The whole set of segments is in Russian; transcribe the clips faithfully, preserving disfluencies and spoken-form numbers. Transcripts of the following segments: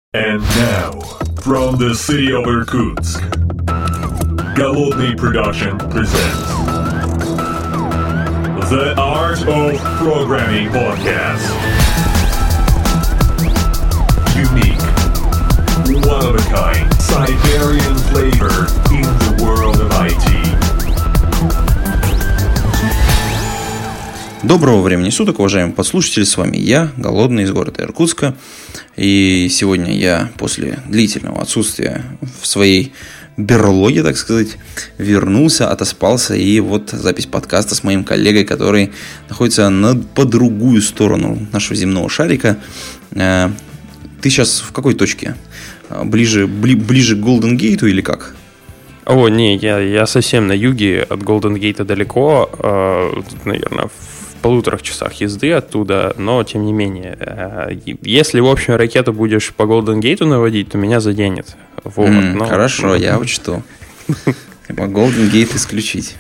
And now, from the city of Irkutsk, Голодный Production presents The Art of Programming Podcast. Unique, one-of-a-kind, Siberian flavor in the world of ай ти. Доброго времени суток, уважаемые подслушатели, с вами я, Голодный, из города Иркутска. И сегодня я после длительного отсутствия в своей берлоге, так сказать, вернулся, отоспался. И вот запись подкаста с моим коллегой, который находится на, по другую сторону нашего земного шарика. Ты сейчас в какой точке? Ближе, бли, ближе к Голден Гейту или как? О, не, я, я совсем на юге, от Голден Гейта далеко, э, наверное, в полуторах часах езды оттуда, но тем не менее, э, если, в общем, ракету будешь по Голден Гейту наводить, то меня заденет. Вот, mm, но... Хорошо, я учту. Голден Гейт исключить.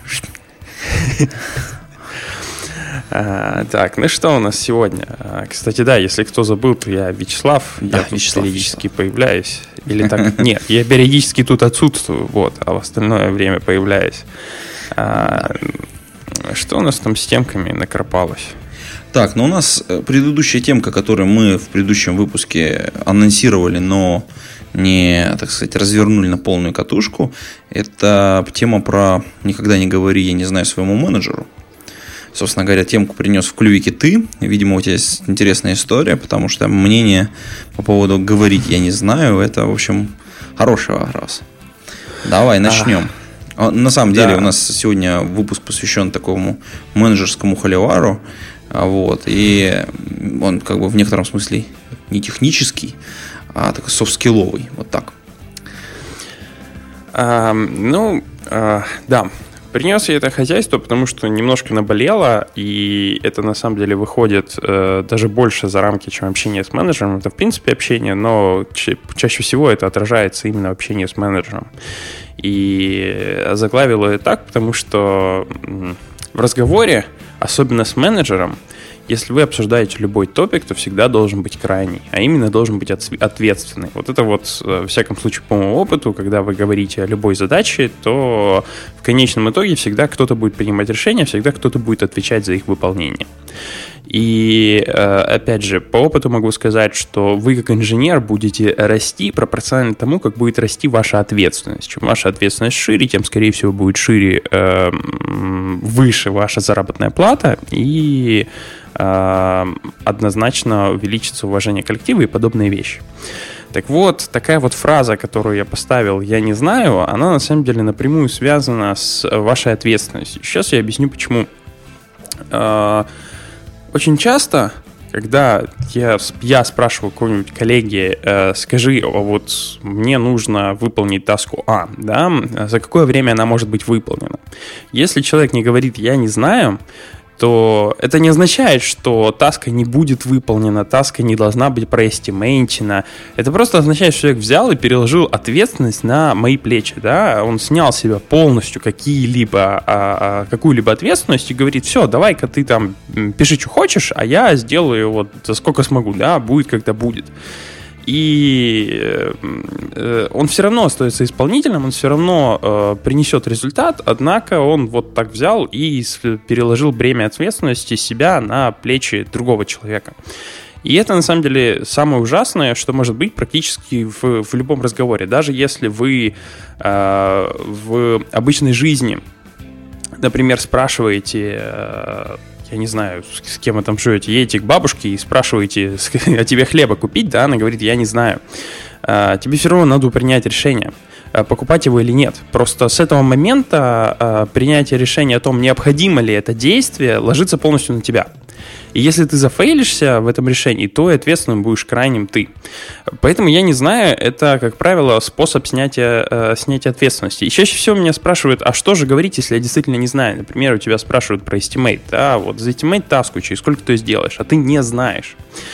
А, так, ну что у нас сегодня? А, кстати, да, если кто забыл, то я Вячеслав, да, я тут Вячеслав, периодически Вячеслав. появляюсь. Или так, нет, я периодически тут отсутствую, вот, а в остальное время появляюсь. А, что у нас там с темками накропалось? Так, ну у нас предыдущая темка, которую мы в предыдущем выпуске анонсировали, но не, так сказать, развернули на полную катушку, это тема про «Никогда не говори, я не знаю своему менеджеру». Собственно говоря, темку принес в клювике ты. Видимо, у тебя есть интересная история, потому что мнение по поводу «говорить я не знаю» это, в общем, хороший вопрос. Давай, начнем. А, на самом деле, да. У нас сегодня выпуск посвящен такому менеджерскому холивару. Вот, и он как бы в некотором смысле не технический, а такой софт-скилловый. Вот так. А, ну, а, да. Принес я это хозяйство, потому что немножко наболело, и это на самом деле выходит э, даже больше за рамки, чем общение с менеджером. Это в принципе общение, но ча- чаще всего это отражается именно в общении с менеджером. И заглавил я так, потому что в разговоре, особенно с менеджером, если вы обсуждаете любой топик, то всегда должен быть крайний, а именно должен быть ответственный. Вот это вот, во всяком случае, по моему опыту, когда вы говорите о любой задаче, то в конечном итоге всегда кто-то будет принимать решения, всегда кто-то будет отвечать за их выполнение. И, опять же, по опыту могу сказать, что вы как инженер будете расти пропорционально тому, как будет расти ваша ответственность. Чем ваша ответственность шире, тем, скорее всего, будет шире, э, выше ваша заработная плата и э, однозначно увеличится уважение коллектива и подобные вещи. Так вот, такая вот фраза, которую я поставил «я не знаю», она на самом деле напрямую связана с вашей ответственностью. Сейчас я объясню, почему. Э, Очень часто, когда я, я спрашиваю какого-нибудь коллеги, э, скажи, вот мне нужно выполнить таску А, да, за какое время она может быть выполнена? Если человек не говорит «я не знаю», то это не означает, что таска не будет выполнена, таска не должна быть проэстимейчена. Это просто означает, что человек взял и переложил ответственность на мои плечи. Да? Он снял с себя полностью какие-либо, а, а, какую-либо ответственность и говорит: все, давай-ка ты там пиши, что хочешь, а я сделаю вот за сколько смогу, да, будет, когда будет. И э, он все равно остается исполнителем, он все равно э, принесет результат, однако он вот так взял и переложил бремя ответственности себя на плечи другого человека. И это, на самом деле, самое ужасное, что может быть практически в, в любом разговоре. Даже если вы э, в обычной жизни, например, спрашиваете... Э, я не знаю, с кем вы там живете, едете к бабушке и спрашиваете, а тебе хлеба купить, да, она говорит: я не знаю. Тебе все равно надо принять решение, покупать его или нет. Просто с этого момента принятие решения о том, необходимо ли это действие, ложится полностью на тебя. И если ты зафейлишься в этом решении, то и ответственным будешь крайним ты. Поэтому я не знаю, это, как правило, способ снятия, э, снятия ответственности. И чаще всего меня спрашивают: а что же говорить, если я действительно не знаю? Например, у тебя спрашивают про estimate. Да, вот за estimate таску, через сколько ты сделаешь, а ты не знаешь.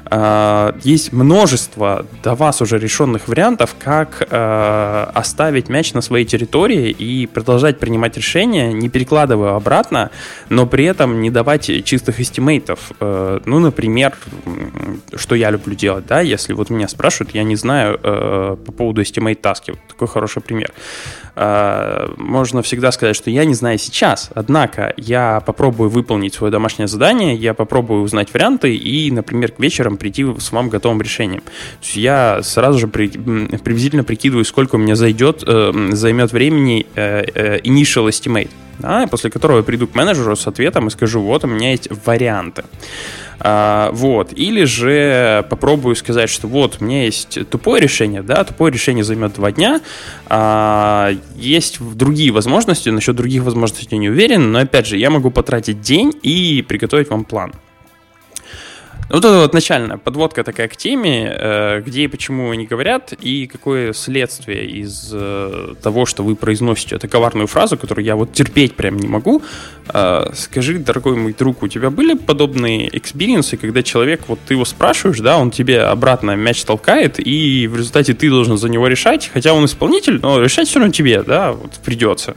есть множество до вас уже решенных вариантов, как оставить мяч на своей территории и продолжать принимать решения, не перекладывая обратно, но при этом не давать чистых эстимейтов. Ну, например, что я люблю делать, да, если вот меня спрашивают, я не знаю по поводу estimate таски, вот такой хороший пример. Можно всегда сказать, что я не знаю сейчас, однако я попробую выполнить свое домашнее задание, я попробую узнать варианты и, например, к вечерам прийти с вам готовым решением. То есть я сразу же при, приблизительно прикидываю, сколько у меня зайдет, э, займет времени э, э, initial estimate, да, после которого я приду к менеджеру с ответом и скажу, вот у меня есть варианты. А, вот. Или же попробую сказать, что вот у меня есть тупое решение, да, тупое решение займет два дня, а, есть другие возможности, насчет других возможностей я не уверен, но опять же, я могу потратить день и приготовить вам план. Вот это вот начальная подводка такая к теме, где и почему они говорят, и какое следствие из того, что вы произносите эту коварную фразу, которую я вот терпеть прям не могу. Скажи, дорогой мой друг, у тебя были подобные экспириенсы, когда человек, вот ты его спрашиваешь, да, он тебе обратно мяч толкает, и в результате ты должен за него решать, хотя он исполнитель, но решать все равно тебе, да, вот придется.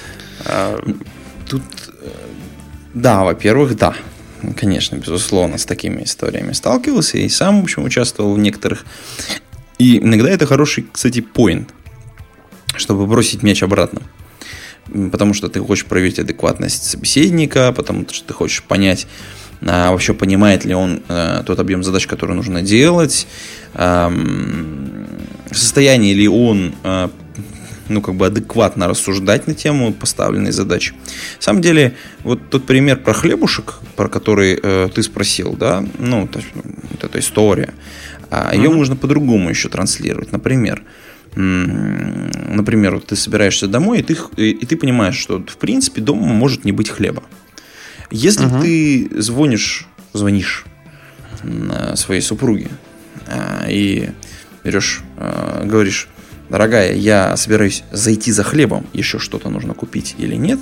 Тут, да, во-первых, да. Конечно, безусловно, с такими историями сталкивался и сам, в общем, участвовал в некоторых. И иногда это хороший, кстати, поинт, чтобы бросить мяч обратно. Потому что ты хочешь проверить адекватность собеседника, потому что ты хочешь понять, а, вообще понимает ли он а, тот объем задач, который нужно делать, а, в состоянии ли он а, ну, как бы адекватно рассуждать на тему поставленной задачи. На самом деле, вот тот пример про хлебушек, про который э, ты спросил, да, ну, то, вот эта история, а, ее mm-hmm. можно по-другому еще транслировать. Например, м- например, вот ты собираешься домой, и ты, и, и ты понимаешь, что, в принципе, дома может не быть хлеба. Если mm-hmm. ты звонишь, звонишь своей супруге а, и берешь, а, говоришь, дорогая, я собираюсь зайти за хлебом, еще что-то нужно купить или нет,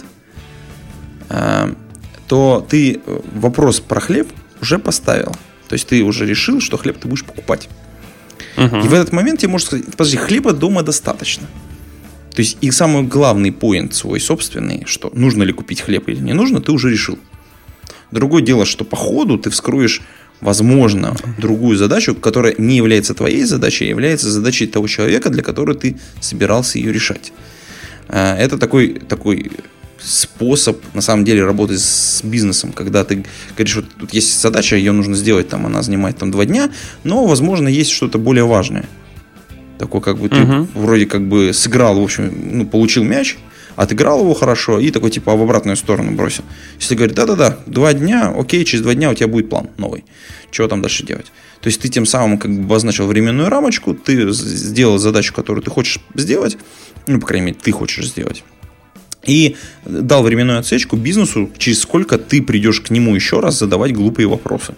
то ты вопрос про хлеб уже поставил. То есть ты уже решил, что хлеб ты будешь покупать. Uh-huh. И в этот момент тебе можно сказать, подожди, хлеба дома достаточно. То есть и самый главный поинт свой собственный, что нужно ли купить хлеб или не нужно, ты уже решил. Другое дело, что по ходу ты вскроешь, возможно, другую задачу, которая не является твоей задачей, а является задачей того человека, для которого ты собирался ее решать. Это такой, такой способ, на самом деле, работать с бизнесом, когда ты говоришь, вот тут есть задача, ее нужно сделать, там, она занимает там, два дня, но, возможно, есть что-то более важное. Такое, как бы ты uh-huh. вроде как бы сыграл, в общем, ну, получил мяч, отыграл его хорошо и такой типа в обратную сторону бросил. Если говорит, да-да-да, два дня, окей, через два дня у тебя будет план новый. Чего там дальше делать? То есть ты тем самым как бы обозначил временную рамочку, ты сделал задачу, которую ты хочешь сделать, ну, по крайней мере, ты хочешь сделать, и дал временную отсечку бизнесу, через сколько ты придешь к нему еще раз задавать глупые вопросы.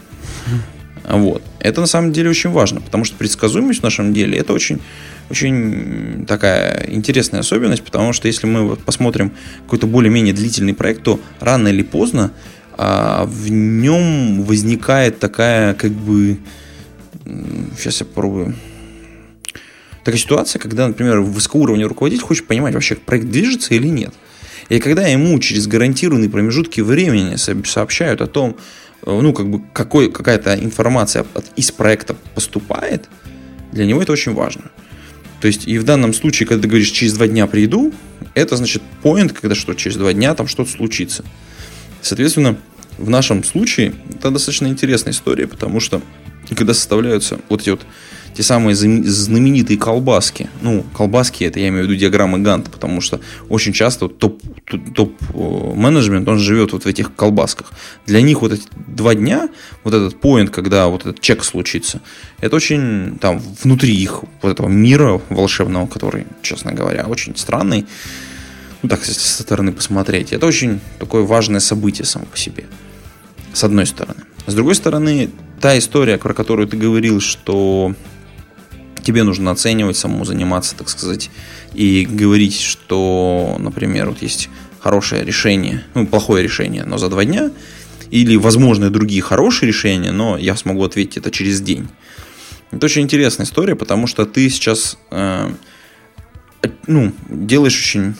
Вот. Это на самом деле очень важно, потому что предсказуемость в нашем деле это очень, очень такая интересная особенность, потому что если мы посмотрим какой-то более-менее длительный проект, то рано или поздно а, в нем возникает такая, как бы, сейчас я попробую, такая ситуация, когда, например, высокоуровневый руководитель хочет понимать, вообще проект движется или нет. И когда ему через гарантированные промежутки времени сообщают о том, ну, как бы какой, какая-то информация от, из проекта поступает, для него это очень важно. То есть, и в данном случае, когда ты говоришь, через два дня приду, это значит point, когда что, через два дня там что-то случится. Соответственно, в нашем случае это достаточно интересная история, потому что, когда составляются вот эти вот те самые знаменитые колбаски. Ну, колбаски, это я имею в виду диаграммы Ганта, потому что очень часто вот топ, топ-менеджмент, он живет вот в этих колбасках. Для них вот эти два дня, вот этот поинт, когда вот этот чек случится, это очень там внутри их вот этого мира волшебного, который, честно говоря, очень странный. Ну, так, если со стороны посмотреть, это очень такое важное событие само по себе. С одной стороны. С другой стороны, та история, про которую ты говорил, что тебе нужно оценивать, самому заниматься, так сказать, и говорить, что, например, вот есть хорошее решение, ну, плохое решение, но за два дня, или возможны другие хорошие решения, но я смогу ответить это через день. Это очень интересная история, потому что ты сейчас э, ну, делаешь очень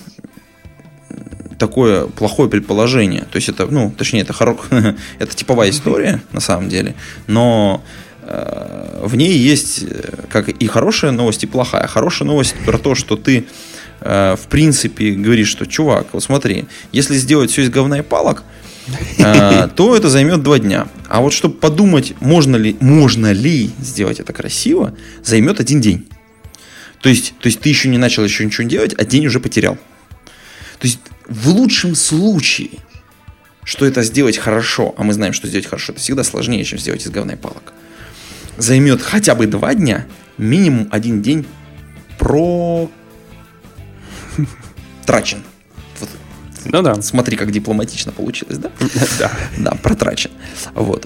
такое плохое предположение. То есть это, ну, точнее, это, хоро... это типовая история на самом деле, но э, в ней есть как и хорошая новость, и плохая. Хорошая новость про то, что ты э, в принципе говоришь, что, чувак, вот смотри, если сделать все из говна и палок, э, то это займет два дня. А вот чтобы подумать, можно ли, можно ли сделать это красиво, займет один день. То есть, то есть ты еще не начал еще ничего делать, а день уже потерял. То есть в лучшем случае, что это сделать хорошо, а мы знаем, что сделать хорошо, это всегда сложнее, чем сделать из говна и палок, займет хотя бы два дня, минимум один день протрачен. Вот. Ну да. Смотри, как дипломатично получилось, да? Да. Да, протрачен. Вот.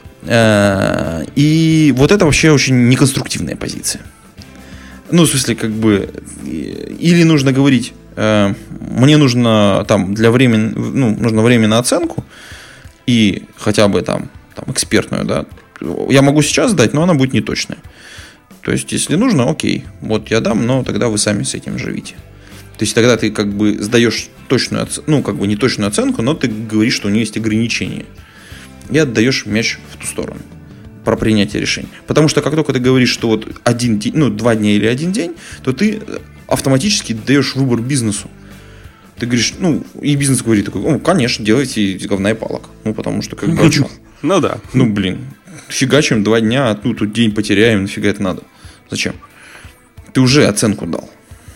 И вот это вообще очень неконструктивная позиция. Ну, в смысле, как бы, или нужно говорить, э, мне нужно там для времени, ну, нужно время на оценку и хотя бы там, там экспертную, да. Я могу сейчас сдать, но она будет неточная. То есть, если нужно, окей, вот я дам, но тогда вы сами с этим живите. То есть, тогда ты как бы сдаешь точную, ну, как бы не точную оценку, но ты говоришь, что у нее есть ограничения. И отдаешь мяч в ту сторону. Про принятие решений. Потому что как только ты говоришь, что вот один день, ну, два дня или один день, то ты автоматически даешь выбор бизнесу. Ты говоришь, ну, и бизнес говорит такой, ну, конечно, делайте из говна и палок. Ну, потому что как бы, а что? Ну да. Ну, блин, фигачим два дня, ну, тут день потеряем, нафига это надо? Зачем? Ты уже оценку дал.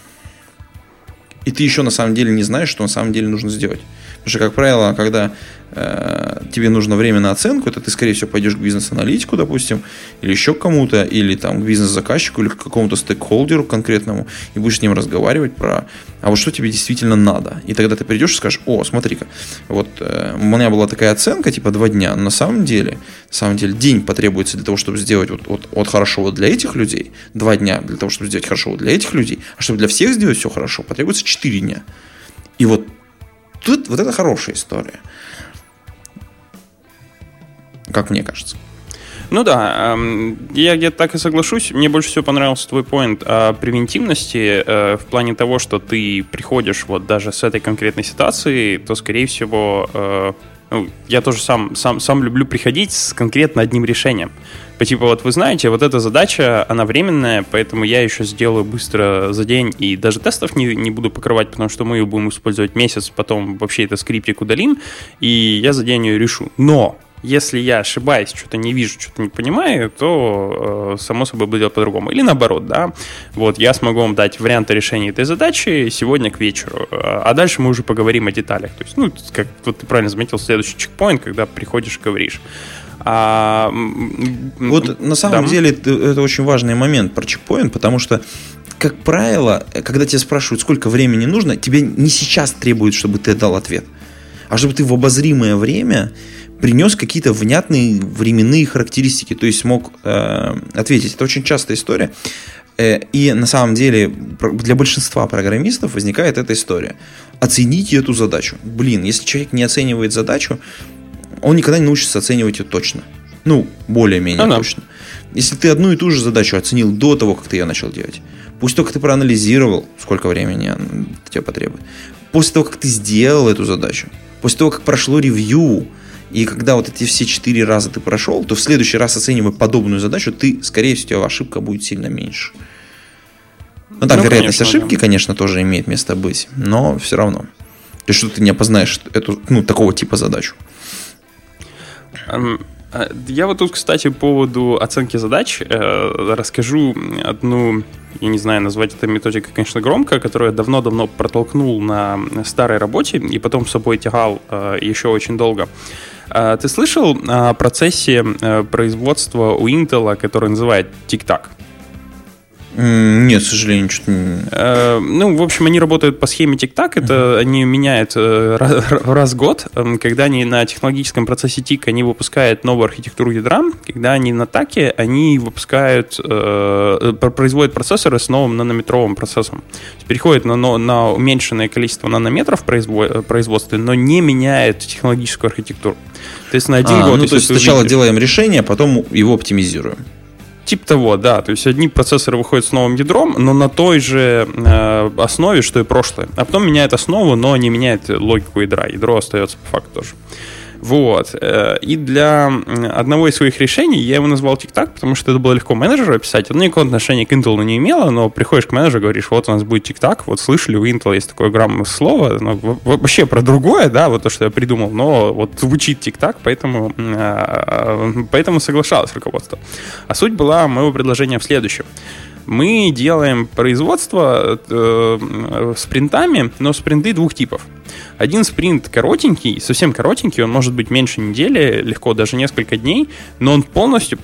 И ты еще на самом деле не знаешь, что на самом деле нужно сделать. Потому что, как правило, когда э, тебе нужно время на оценку, это ты, скорее всего, пойдешь к бизнес-аналитику, допустим, или еще к кому-то, или там, к бизнес-заказчику, или к какому-то стейкхолдеру конкретному, и будешь с ним разговаривать про, а вот что тебе действительно надо. И тогда ты придешь и скажешь, о, смотри-ка, вот э, у меня была такая оценка, типа два дня, но на самом деле, на самом деле день потребуется для того, чтобы сделать вот, вот, вот хорошо вот для этих людей, два дня для того, чтобы сделать хорошо вот для этих людей, а чтобы для всех сделать все хорошо, потребуется четыре дня. И вот тут вот это хорошая история. Как мне кажется. Ну да, я где-то так и соглашусь. Мне больше всего понравился твой поинт о превентивности в плане того, что ты приходишь вот даже с этой конкретной ситуацией, то, скорее всего, ну, я тоже сам, сам, сам люблю приходить с конкретно одним решением. По типу, вот вы знаете, вот эта задача, она временная, поэтому я еще сделаю быстро за день и даже тестов не, не буду покрывать, потому что мы ее будем использовать месяц, потом вообще это скриптик удалим, и я за день ее решу. Но если я ошибаюсь, что-то не вижу, что-то не понимаю, то, э, само собой, буду делать по-другому. Или наоборот, да. Вот, я смогу вам дать варианты решения этой задачи сегодня к вечеру. А дальше мы уже поговорим о деталях. То есть, ну, как вот ты правильно заметил, следующий чекпоинт, когда приходишь и говоришь. А, вот на самом да. деле это, это очень важный момент про чекпоинт, потому что, как правило, когда тебя спрашивают, сколько времени нужно, тебе не сейчас требуют, чтобы ты дал ответ, а чтобы ты в обозримое время принес какие-то внятные временные характеристики, то есть смог э, ответить. Это очень частая история. Э, и на самом деле для большинства программистов возникает эта история. Оцените эту задачу. Блин, если человек не оценивает задачу, он никогда не научится оценивать ее точно. Ну, более-менее а точно. Если ты одну и ту же задачу оценил до того, как ты ее начал делать, пусть только ты проанализировал, сколько времени тебе потребует, после того, как ты сделал эту задачу, после того, как прошло ревью, и когда вот эти все четыре раза ты прошел, то в следующий раз, оценивая подобную задачу, ты, скорее всего, ошибка будет сильно меньше. Ну, там ну, вероятность конечно, ошибки, да. конечно, тоже имеет место быть, но все равно. То есть, что ты не опознаешь эту, ну, такого типа задачу. Я вот тут, кстати, по поводу оценки задач э, расскажу одну, я не знаю, назвать это методикой, конечно, громко, которую я давно-давно протолкнул на старой работе и потом с собой тягал э, еще очень долго. Э, ты слышал о процессе э, производства у Intel, который называют Tic-Tac? Нет, к сожалению, что-то не... Э, ну, в общем, они работают по схеме TikTok. Это uh-huh. они меняют э, раз, раз в год. Когда они на технологическом процессе тик, они выпускают новую архитектуру ядра. Когда они на таке, они выпускают, э, производят процессоры с новым нанометровым процессом. Переходят на, на уменьшенное количество нанометров в производстве, но не меняет технологическую архитектуру. То есть на один а, год... Ну, то есть сначала увидишь... делаем решение, а потом его оптимизируем. Тип того, да. То есть одни процессоры выходят с новым ядром, но на той же э, основе, что и прошлое. А потом меняют основу, но не меняет логику ядра. Ядро остается по факту тоже. Вот. И для одного из своих решений я его назвал TikTok, потому что это было легко менеджеру описать. Он никакого отношения к Intel не имело, но приходишь к менеджеру и говоришь, вот у нас будет TikTok, вот слышали, у Intel есть такое граммовое слово, ну, вообще про другое, да, вот то, что я придумал, но вот звучит TikTok, поэтому, поэтому соглашалось руководство. А суть была моего предложения в следующем. Мы делаем производство э, спринтами, но спринты двух типов. Один спринт коротенький, совсем коротенький, он может быть меньше недели, легко даже несколько дней, но он полностью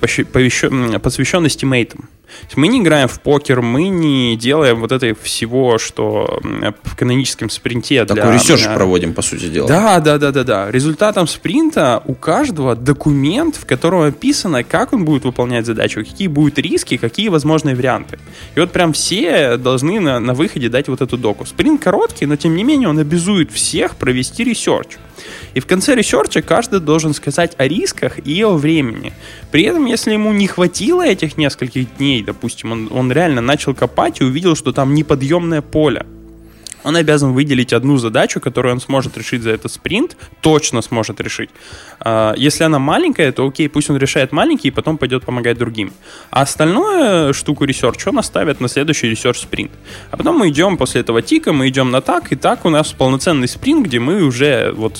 посвящен эстимейтам. Мы не играем в покер, мы не делаем вот это всего, что в каноническом спринте. Такой для... ресерч проводим, по сути дела. Да, да, да, да, да. Результатом спринта у каждого документ, в котором описано, как он будет выполнять задачу, какие будут риски, какие возможные варианты. И вот прям все должны на, на выходе дать вот эту доку. Спринт короткий, но тем не менее он обязует всех провести ресерч. И в конце ресерча каждый должен сказать о рисках и о времени. При этом, если ему не хватило этих нескольких дней, допустим, он, он реально начал копать и увидел, что там неподъемное поле, он обязан выделить одну задачу, которую он сможет решить за этот спринт, точно сможет решить. Если она маленькая, то окей, пусть он решает маленький и потом пойдет помогать другим. А остальную штуку ресерч он оставит на следующий ресерч-спринт. А потом мы идем после этого тика, мы идем на так, и так у нас полноценный спринт, где мы уже вот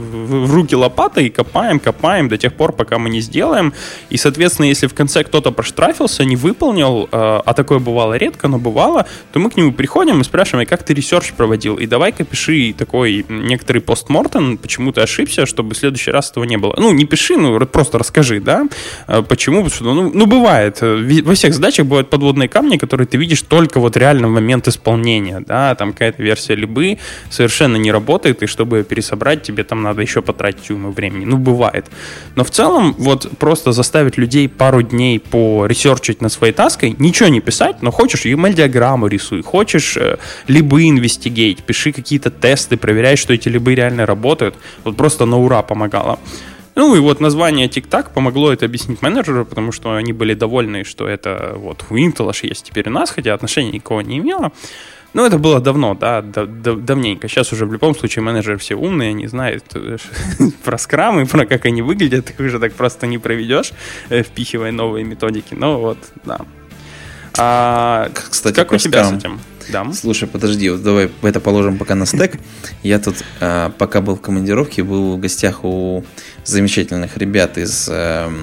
в руки лопатой копаем, копаем до тех пор, пока мы не сделаем. И, соответственно, если в конце кто-то проштрафился, не выполнил, а такое бывало редко, но бывало, то мы к нему приходим и спрашиваем, как ты ресерч проводил, и давай-ка пиши такой некоторый постмортем, почему ты ошибся, чтобы в следующий раз этого не было. Ну, не пиши, ну, просто расскажи, да, почему, потому что, ну, ну, бывает, во всех задачах бывают подводные камни, которые ты видишь только вот реально в момент исполнения, да, там какая-то версия либо совершенно не работает, и чтобы пересобрать, тебе там надо еще потратить уйму времени, ну, бывает. Но в целом, вот, просто заставить людей пару дней поресерчить над своей таской, ничего не писать, но хочешь ю эм эль-диаграмму рисуй, хочешь либо инвестигейт, пиши какие-то тесты, проверяй, что эти либы реально работают, вот просто на ура помогало. Ну и вот название TikTok помогло это объяснить менеджеру, потому что они были довольны, что это вот у Intel аж есть теперь у нас, хотя отношения никого не имело. Ну, это было давно, да, дав- давненько. Сейчас уже в любом случае менеджеры все умные, они знают про скрамы, про как они выглядят, их уже так просто не проведешь, впихивая новые методики. Ну вот, да. А, Кстати, как у тебя с этим? Да. Слушай, подожди, вот давай это положим пока на стек. Я тут, а, пока был в командировке, был в гостях у замечательных ребят из а,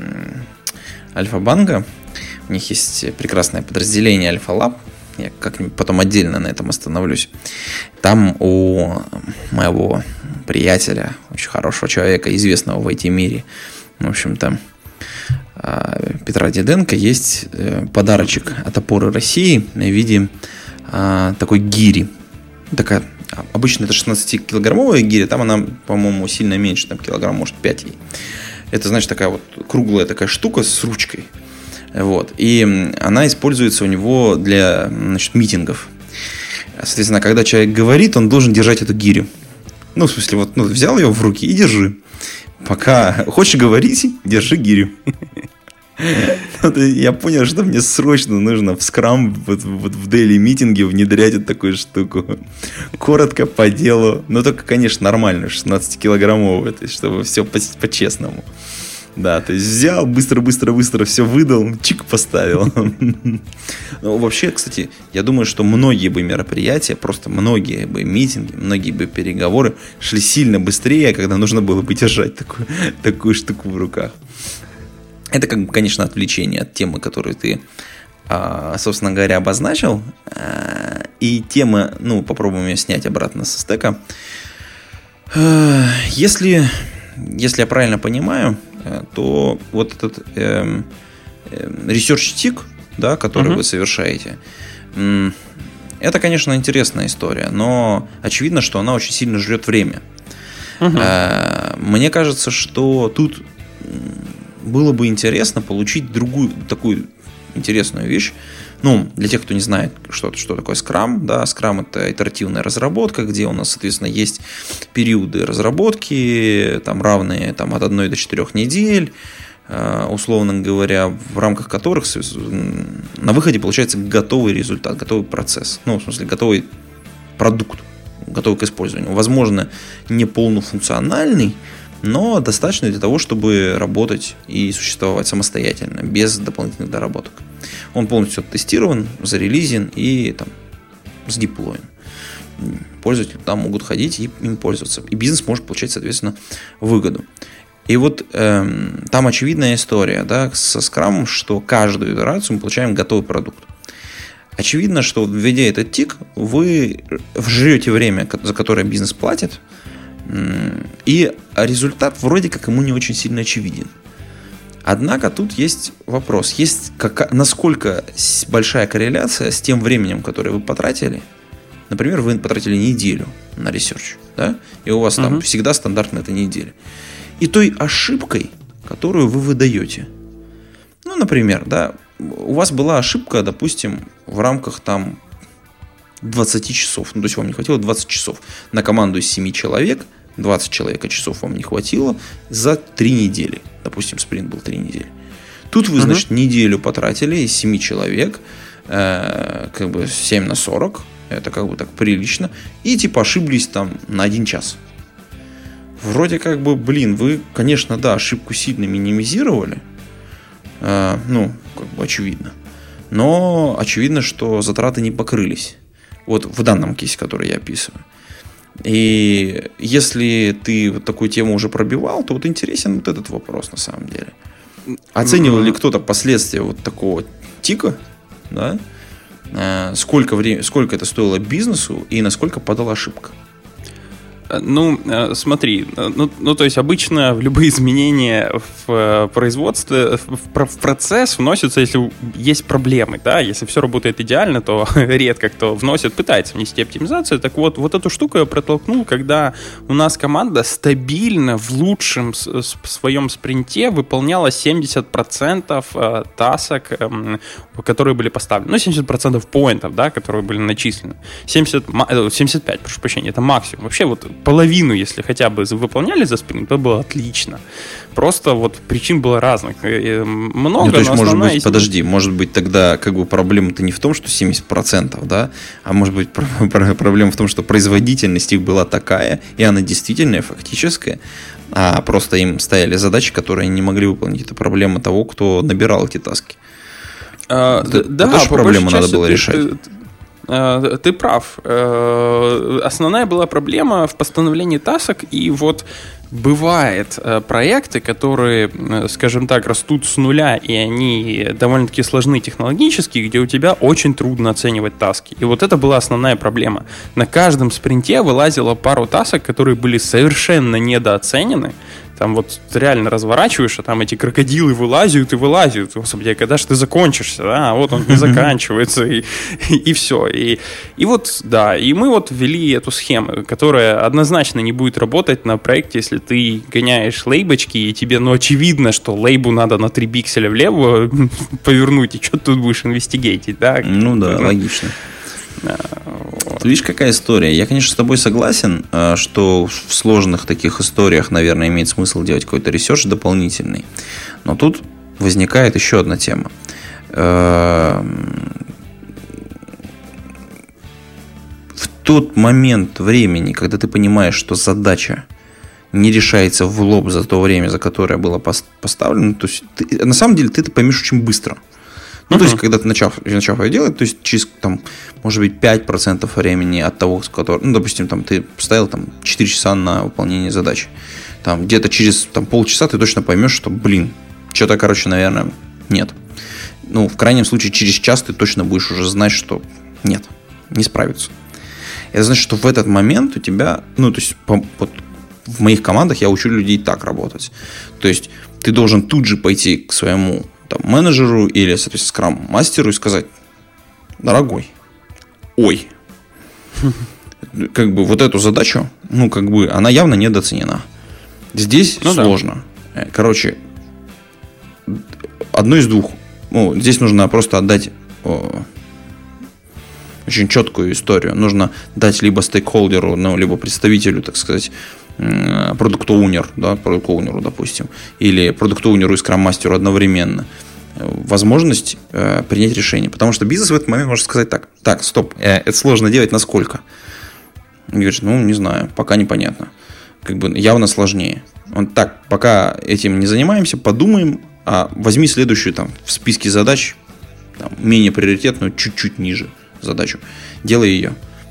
Альфа-банка. У них есть прекрасное подразделение Альфа-лаб. Я как-нибудь потом отдельно на этом остановлюсь. Там у моего приятеля, очень хорошего человека, известного в ай ти-мире, в общем-то, Петра Диденко, есть подарочек от Опоры России в виде такой гири. Такая, обычно это шестнадцатикилограммовая гиря, там она, по-моему, сильно меньше, там килограмм, может, пять ей. Это, значит, такая вот круглая такая штука с ручкой. Вот. И она используется у него для, значит, митингов. Соответственно, когда человек говорит, он должен держать эту гирю. Ну, в смысле, вот ну, взял ее в руки и держи. Пока хочешь говорить, держи гирю. Я понял, что мне срочно нужно в скрам, вот, вот в дейли митинге внедрять вот такую штуку. Коротко, по делу. Но только, конечно, нормально, шестнадцатикилограммовую, то есть, чтобы все по- по-честному. Да, то есть взял, быстро-быстро-быстро все выдал, чик поставил. Ну, вообще, кстати, я думаю, что многие бы мероприятия, просто многие бы митинги, многие бы переговоры шли сильно быстрее, когда нужно было бы держать такую, такую штуку в руках. Это, как бы, конечно, отвлечение от темы, которую ты, собственно говоря, обозначил. И тема, ну, попробуем ее снять обратно со стека. Если, если я правильно понимаю, то вот этот эм, эм, research tick, да, который угу. вы совершаете, это, конечно, интересная история, но очевидно, что она очень сильно жрет время. Угу. Мне кажется, что тут было бы интересно получить другую такую интересную вещь. Ну, для тех, кто не знает, что, что такое Scrum, да, Scrum – это итеративная разработка, где у нас, соответственно, есть периоды разработки, там, равные там, от одной до четырех недель, условно говоря, в рамках которых на выходе получается готовый результат, готовый процесс. Ну, в смысле, готовый продукт, готовый к использованию. Возможно, не полнофункциональный, но достаточно для того, чтобы работать и существовать самостоятельно, без дополнительных доработок. Он полностью оттестирован, зарелизен и там, сдеплоен. Пользователи там могут ходить и им пользоваться. И бизнес может получать, соответственно, выгоду. И вот эм, там очевидная история, да, со Scrum, что каждую итерацию мы получаем готовый продукт. Очевидно, что введя этот тик, вы жрете время, за которое бизнес платит, и результат вроде как ему не очень сильно очевиден. Однако тут есть вопрос. Есть как, насколько большая корреляция с тем временем, которое вы потратили. Например, вы потратили неделю на ресерч, да? И у вас uh-huh. там всегда стандартно это неделя. И той ошибкой, которую вы выдаете. Ну, например, да, у вас была ошибка, допустим, в рамках там двадцать часов. Ну, то есть вам не хватило двадцать часов. На команду из семи человек двадцать человека часов вам не хватило за три недели. Допустим, спринт был три недели. Тут вы, uh-huh. значит, неделю потратили из семи человек, э, как бы семь на сорок. Это как бы так прилично. И типа ошиблись там на один час. Вроде как бы, блин, вы, конечно, да, ошибку сильно минимизировали. Э, ну, как бы очевидно. Но очевидно, что затраты не покрылись. Вот в данном кейсе, который я описываю. И если ты вот такую тему уже пробивал, то вот интересен вот этот вопрос на самом деле. Оценивал ли кто-то последствия вот такого тика, да? Сколько времени, сколько это стоило бизнесу и насколько падала ошибка? Ну, смотри, ну, ну, то есть обычно в любые изменения в производстве, в, в процесс вносятся, если есть проблемы, да, если все работает идеально, то редко кто вносит, пытается внести оптимизацию. Так вот, вот эту штуку я протолкнул, когда у нас команда стабильно в лучшем своем спринте выполняла семьдесят процентов тасок, которые были поставлены, ну, семьдесят процентов поинтов, да, которые были начислены, семьдесят, семьдесят пять, прошу прощения, это максимум. Вообще вот половину, если хотя бы выполняли за спринт, то было отлично. Просто вот причин было разных. Много, ну, то есть, но может быть, из... подожди, может быть, тогда как бы проблема-то не в том, что семьдесят процентов, да, а может быть, проблема в том, что производительность их была такая, и она действительно фактическая, а просто им стояли задачи, которые они не могли выполнить. Это проблема того, кто набирал эти таски. А, это, да, тоже проблему надо было решать. Ты, ты прав. Основная была проблема в постановлении тасок, и вот бывают проекты, которые, скажем так, растут с нуля, и они довольно-таки сложны технологически, где у тебя очень трудно оценивать таски. И вот это была основная проблема. На каждом спринте вылазило пару тасок, которые были совершенно недооценены. Там вот реально разворачиваешь, а там эти крокодилы вылазят и вылазят. Господи, когда же ты закончишься, да? А вот он не заканчивается, и, и, и все. И, и вот, да, и мы вот ввели эту схему, которая однозначно не будет работать на проекте, если ты гоняешь лейбочки, и тебе, ну, очевидно, что лейбу надо на три пикселя влево повернуть, и что ты тут будешь инвестигейтить, да? Ну да, логично. Вот. Видишь, какая история. Я, конечно, с тобой согласен, что в сложных таких историях, наверное, имеет смысл делать какой-то ресерч дополнительный. Но тут возникает еще одна тема. В тот момент времени, когда ты понимаешь, что задача не решается в лоб за то время, за которое было поставлено, то есть ты, на самом деле ты это поймешь очень быстро. Ну, uh-huh. то есть, когда ты начал, начал ее делать, то есть, через, там, может быть, пять процентов времени от того, с которого, ну, допустим, там, ты поставил там, четыре часа на выполнение задачи. Там, где-то через там, полчаса ты точно поймешь, что, блин, что-то, короче, наверное, нет. Ну, в крайнем случае, через час ты точно будешь уже знать, что нет, не справится. Это значит, что в этот момент у тебя, ну, то есть, по, вот, в моих командах я учу людей так работать. То есть, ты должен тут же пойти к своему там, менеджеру или, соответственно, скрам-мастеру и сказать: дорогой, ой, как бы вот эту задачу, ну, как бы, она явно недооценена. Здесь ну, сложно. Да. Короче, одно из двух. Ну, здесь нужно просто отдать о, очень четкую историю. Нужно дать либо стейкхолдеру, ну, либо представителю, так сказать, продукт-оунер, да, продукт-оунеру, допустим, или продукт-оунеру и скрам-мастеру одновременно возможность э, принять решение. Потому что бизнес в этот момент может сказать так: так, стоп, э, это сложно делать, насколько? И говорит: ну, не знаю, пока непонятно. Как бы явно сложнее. Он: так, пока этим не занимаемся, подумаем, а возьми следующую там в списке задач, там, менее приоритетную, чуть-чуть ниже задачу. Делай ее.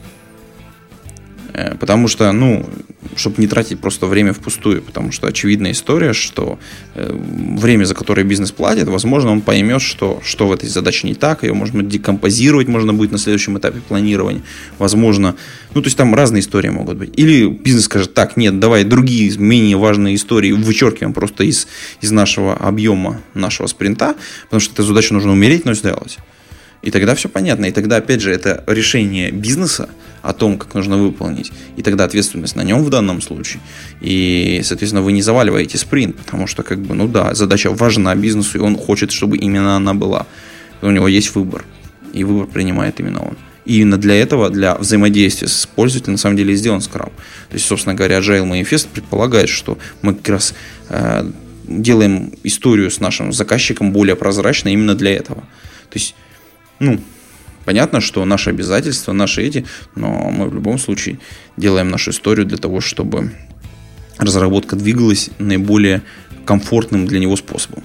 Э, потому что, ну, чтобы не тратить просто время впустую, потому что очевидная история, что э, время, за которое бизнес платит, возможно, он поймет, что, что в этой задаче не так, ее можно декомпозировать, можно будет на следующем этапе планирования, возможно, ну, то есть там разные истории могут быть. Или бизнес скажет: так, нет, давай другие менее важные истории вычеркиваем просто из, из нашего объема нашего спринта, потому что эту задачу нужно умереть, но сделать. И тогда все понятно. И тогда, опять же, это решение бизнеса о том, как нужно выполнить. И тогда ответственность на нем в данном случае. И, соответственно, вы не заваливаете спринт, потому что, как бы, ну да, задача важна бизнесу, и он хочет, чтобы именно она была. У него есть выбор. И выбор принимает именно он. И именно для этого, для взаимодействия с пользователем, на самом деле, и сделан скрам. То есть, собственно говоря, Agile Manifest предполагает, что мы как раз э, делаем историю с нашим заказчиком более прозрачной именно для этого. То есть, ну, понятно, что наши обязательства, наши эти, но мы в любом случае делаем нашу историю для того, чтобы разработка двигалась наиболее комфортным для него способом.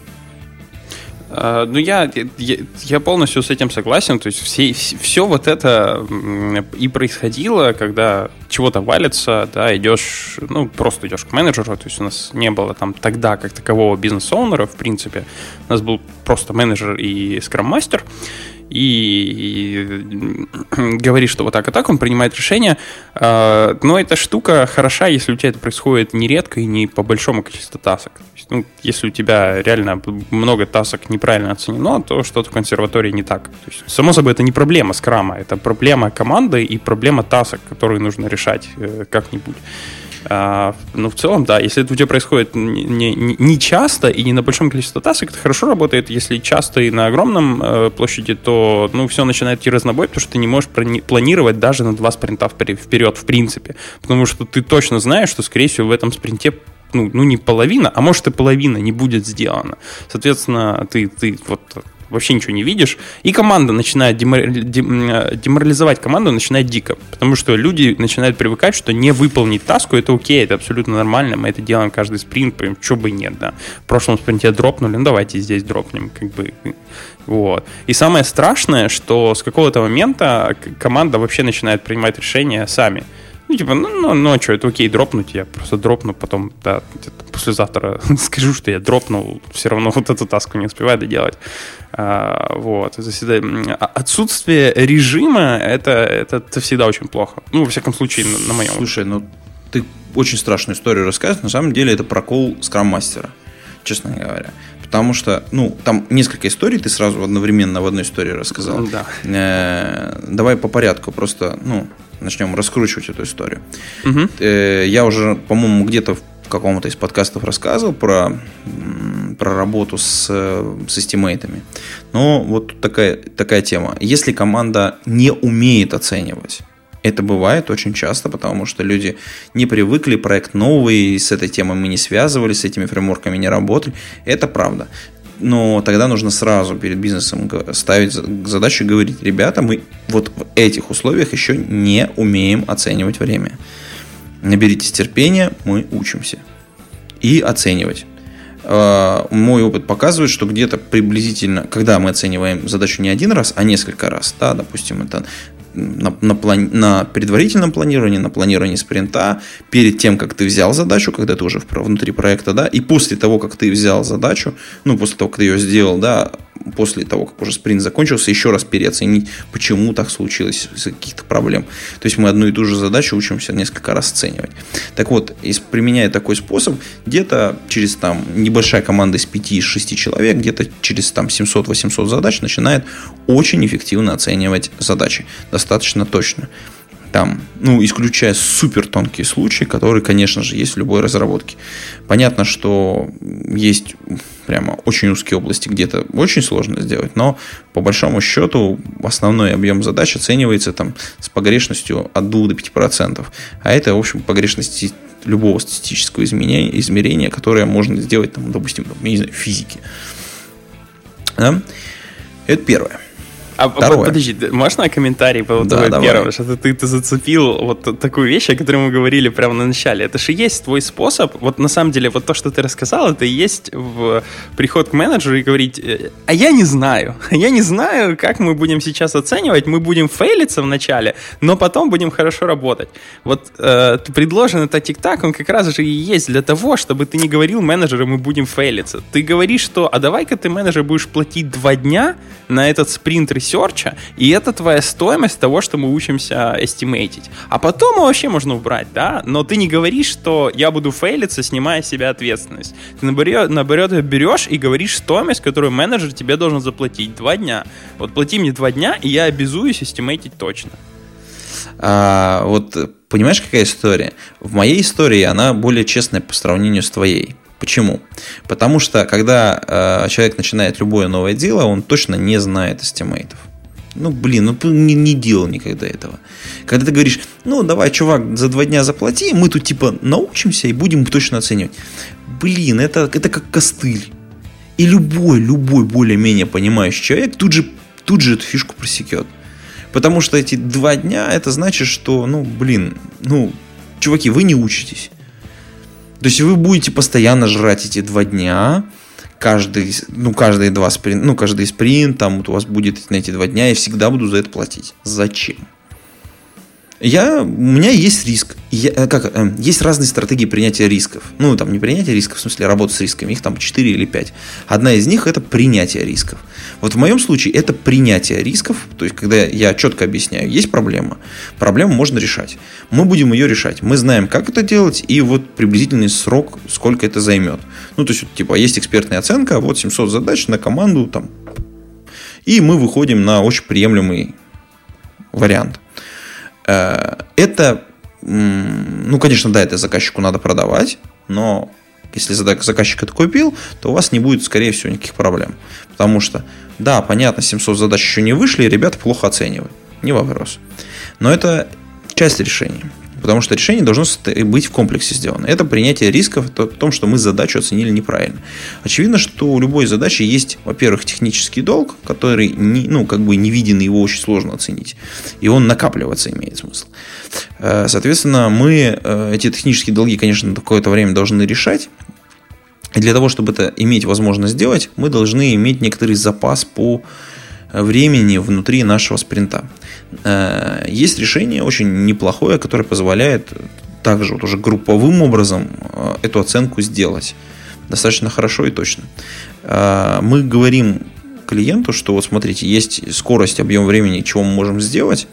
Ну, я, я, я полностью с этим согласен. То есть все, все вот это и происходило, когда чего-то валится, да, идешь, ну, просто идешь к менеджеру. То есть у нас не было там тогда как такового бизнес-оунера, в принципе. У нас был просто менеджер и скрам-мастер. И, и говорит, что вот так и так, он принимает решение. Но эта штука хороша, если у тебя это происходит нередко и не по большому количеству тасок. То есть, ну, если у тебя реально много тасок неправильно оценено, то что-то в консерватории не так. То есть, само собой, это не проблема скрама, это проблема команды и проблема тасок, которые нужно решать как-нибудь. А, ну, в целом, да, если это у тебя происходит не, не, не часто и не на большом количестве тасок, это хорошо работает. Если часто и на огромном э, площади, то, ну, все начинает идти разнобой, потому что ты не можешь планировать даже на два спринта вперед, в принципе. Потому что ты точно знаешь, что, скорее всего, в этом спринте ну, ну не половина, а может и половина не будет сделана. Соответственно, ты, ты вот... вообще ничего не видишь, и команда начинает деморализовать команду, начинает дико, потому что люди начинают привыкать, что не выполнить таску, это окей, это абсолютно нормально, мы это делаем каждый спринт, что бы нет, да. В прошлом спринте дропнули, ну давайте здесь дропнем, как бы, вот. И самое страшное, что с какого-то момента команда вообще начинает принимать решения сами. Ну, типа, ну, ну, ну, что, это окей, дропнуть, я просто дропну, потом, да, послезавтра скажу, что я дропнул, все равно вот эту таску не успеваю доделать. А, вот, это всегда... Отсутствие режима, это, это, это всегда очень плохо. Ну, во всяком случае, на, на моем. Слушай, ну, ты очень страшную историю рассказываешь, на самом деле это прокол скрам-мастера, честно говоря. Потому что, ну, там несколько историй ты сразу одновременно в одной истории рассказал. Да. Э-э- давай по порядку, просто, ну... начнем раскручивать эту историю. Угу. Я уже, по-моему, где-то в каком-то из подкастов рассказывал про, про работу с, с эстимейтами. Но вот тут такая, такая тема. Если команда не умеет оценивать, это бывает очень часто, потому что люди не привыкли, проект новый, с этой темой мы не связывались, с этими фреймворками не работали. Это правда. Но тогда нужно сразу перед бизнесом ставить задачу и говорить: ребята, мы вот в этих условиях еще не умеем оценивать время. Наберитесь терпения, мы учимся. И оценивать. Мой опыт показывает, что где-то приблизительно, когда мы оцениваем задачу не один раз, а несколько раз, да, допустим, это на, на, плани- на предварительном планировании, на планировании спринта, перед тем, как ты взял задачу, когда ты уже внутри проекта, да, и после того, как ты взял задачу, ну, после того, как ты ее сделал, да, после того, как уже спринт закончился, еще раз переоценить, почему так случилось, из-за каких-то проблем. То есть мы одну и ту же задачу учимся несколько раз оценивать. Так вот, применяя такой способ, где-то через там небольшая команда из пяти-шести человек, где-то через там семьсот-восемьсот задач начинает очень эффективно оценивать задачи. Достаточно точно. Там, ну, исключая супер тонкие случаи, которые, конечно же, есть в любой разработке. Понятно, что есть прямо очень узкие области, где-то очень сложно сделать, но по большому счету основной объем задач оценивается там с погрешностью от двух до пяти процентов. А это, в общем, погрешность любого статистического измерения, измерения, которое можно сделать, там, допустим, я не знаю, в физике. Да? Это первое. А Второе. Подожди, можно комментарий по да, твоему первому? Что ты, ты зацепил вот такую вещь, о которой мы говорили прямо на начале. Это же есть твой способ. Вот на самом деле, вот то, что ты рассказал, это и есть в приход к менеджеру и говорить: а я не знаю. Я не знаю, как мы будем сейчас оценивать. Мы будем фейлиться в начале, но потом будем хорошо работать. Вот э, предложенный этот тик-так, он как раз же и есть для того, чтобы ты не говорил менеджеру: мы будем фейлиться. Ты говоришь, что а давай-ка ты, менеджер, будешь платить два дня на этот спринт ресерча, и это твоя стоимость того, что мы учимся эстимейтить. А потом вообще можно убрать, да? Но ты не говоришь, что я буду фейлиться, снимая с себя ответственность. Ты наоборот, наоборот берешь и говоришь стоимость, которую менеджер тебе должен заплатить. Два дня. Вот плати мне два дня, и я обязуюсь эстимейтить точно. А, вот понимаешь, какая история? В моей истории она более честная по сравнению с твоей. Почему? Потому что, когда э, человек начинает любое новое дело, он точно не знает эстимейтов. Ну, блин, ну не, не делал никогда этого. Когда ты говоришь: ну, давай, чувак, за два дня заплати, мы тут типа научимся и будем точно оценивать. Блин, это, это как костыль. И любой, любой более-менее понимающий человек тут же, тут же эту фишку просекет. Потому что эти два дня, это значит, что, ну, блин, ну, чуваки, вы не учитесь. То есть вы будете постоянно жрать эти два дня, каждый, ну, каждые два спринта, ну, каждый спринт, там вот у вас будет на эти два дня, я всегда буду за это платить. Зачем? Я, у меня есть риск. Я, как, есть разные стратегии принятия рисков. Ну, там, не принятия рисков, в смысле работы с рисками, их там четыре или пять. Одна из них – это принятие рисков. Вот в моем случае это принятие рисков, то есть, когда я четко объясняю, есть проблема, проблему можно решать. Мы будем ее решать. Мы знаем, как это делать, и вот приблизительный срок, сколько это займет. Ну, то есть, вот, типа, есть экспертная оценка, вот семьсот задач на команду, там, и мы выходим на очень приемлемый вариант. Это, ну, конечно, да, это заказчику надо продавать, но если заказчик это купил, то у вас не будет, скорее всего, никаких проблем. Потому что, да, понятно, семьсот задач еще не вышли, и ребята плохо оценивают. Не вопрос. Но это часть решения. Потому что решение должно быть в комплексе сделано. Это принятие рисков о том, что мы задачу оценили неправильно. Очевидно, что у любой задачи есть, во-первых, технический долг, который, не, ну, как бы не виден, его очень сложно оценить. И он накапливаться имеет смысл. Соответственно, мы эти технические долги, конечно, на какое-то время должны решать. И для того, чтобы это иметь возможность сделать, мы должны иметь некоторый запас по времени внутри нашего спринта. Есть решение очень неплохое, которое позволяет также вот уже групповым образом эту оценку сделать достаточно хорошо и точно. Мы говорим клиенту, что вот смотрите, есть скорость, объем времени, чего мы можем сделать,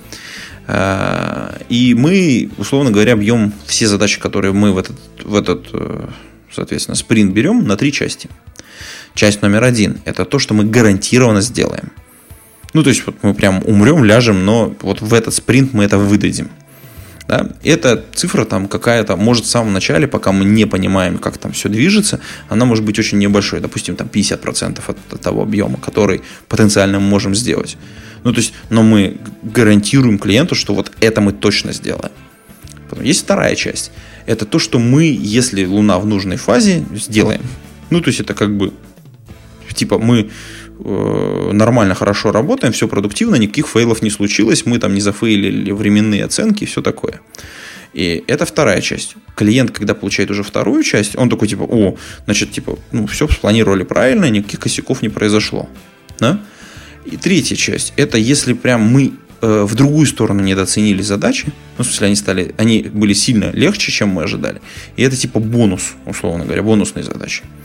и мы, условно говоря, бьем все задачи, которые мы в этот, в этот, соответственно, спринт берем, на три части. Часть номер один – это то, что мы гарантированно сделаем. Ну, то есть, вот мы прям умрем, ляжем, но вот в этот спринт мы это выдадим. Да? Эта цифра там какая-то, может, в самом начале, пока мы не понимаем, как там все движется, она может быть очень небольшой. Допустим, там пятьдесят процентов от, от того объема, который потенциально мы можем сделать. Ну, то есть, но мы гарантируем клиенту, что вот это мы точно сделаем. Потом есть вторая часть. Это то, что мы, если Луна в нужной фазе, сделаем. Ну, то есть, это как бы, типа, мы нормально, хорошо работаем, все продуктивно, никаких фейлов не случилось, мы там не зафейлили временные оценки и все такое. И это вторая часть. Клиент, когда получает уже вторую часть, он такой типа: о, значит, типа, ну, все спланировали правильно, никаких косяков не произошло. Да? И третья часть, это если прям мы э, в другую сторону недооценили задачи, ну, в смысле, они стали, они были сильно легче, чем мы ожидали. И это типа бонус, условно говоря, бонусные задачи.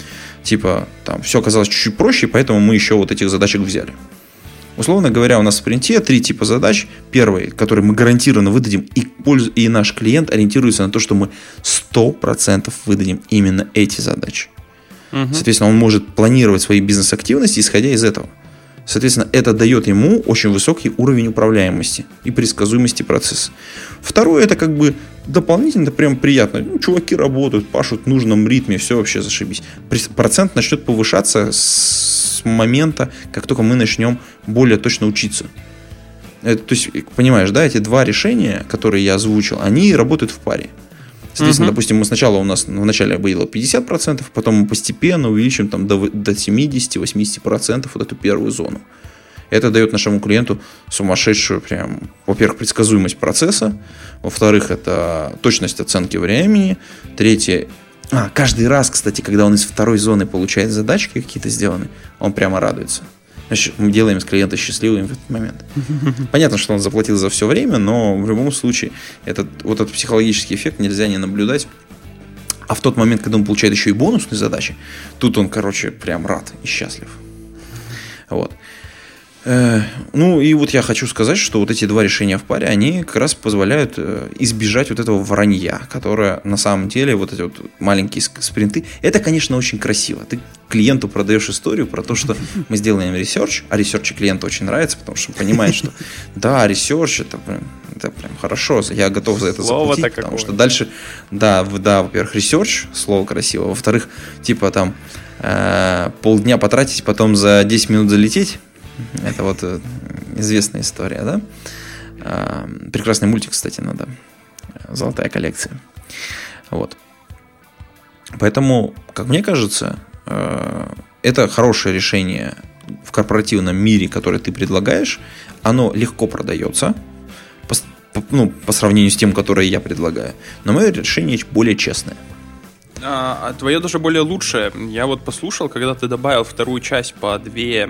типа, там, все оказалось чуть-чуть проще, поэтому мы еще вот этих задачек взяли. Условно говоря, у нас в спринте три типа задач. Первый, который мы гарантированно выдадим, и, пользу, и наш клиент ориентируется на то, что мы сто процентов выдадим именно эти задачи. Угу. Соответственно, он может планировать свои бизнес-активности, исходя из этого. Соответственно, это дает ему очень высокий уровень управляемости и предсказуемости процесса. Второе, это как бы дополнительно прям приятно. Ну, чуваки работают, пашут в нужном ритме, все вообще зашибись. Процент начнет повышаться с момента, как только мы начнем более точно учиться. Это, то есть, понимаешь, да, эти два решения, которые я озвучил, они работают в паре. Соответственно, uh-huh. допустим, мы сначала у нас вначале было пятьдесят процентов, потом мы постепенно увеличим там, до, до семьдесят-восемьдесят процентов вот эту первую зону. Это дает нашему клиенту сумасшедшую, прям, во-первых, предсказуемость процесса, во-вторых, это точность оценки времени, третье, а, каждый раз, кстати, когда он из второй зоны получает задачки какие-то сделаны, он прямо радуется. Значит, мы делаем из клиента счастливым в этот момент. Понятно, что он заплатил за все время, но в любом случае этот, вот этот психологический эффект нельзя не наблюдать. А в тот момент, когда он получает еще и бонусные задачи, тут он, короче, прям рад и счастлив. Вот. Ну, и вот я хочу сказать, что вот эти два решения в паре, они как раз позволяют избежать вот этого вранья, которое на самом деле, вот эти вот маленькие спринты, это, конечно, очень красиво. Ты клиенту продаешь историю про то, что мы сделаем ресерч, а ресерч клиенту очень нравится, потому что он понимает, что да, ресерч, это, это прям хорошо, я готов за это слово заплатить, потому что дальше, да, да, во-первых, ресерч, слово красиво, во-вторых, типа там э, полдня потратить, потом за десять минут залететь. Это вот известная история, да? Прекрасный мультик, кстати, надо. Золотая коллекция. Вот. Поэтому, как мне кажется, это хорошее решение в корпоративном мире, которое ты предлагаешь. Оно легко продается, по, ну, по сравнению с тем, которое я предлагаю. Но мое решение более честное. А твое даже более лучшее. Я вот послушал, когда ты добавил вторую часть по две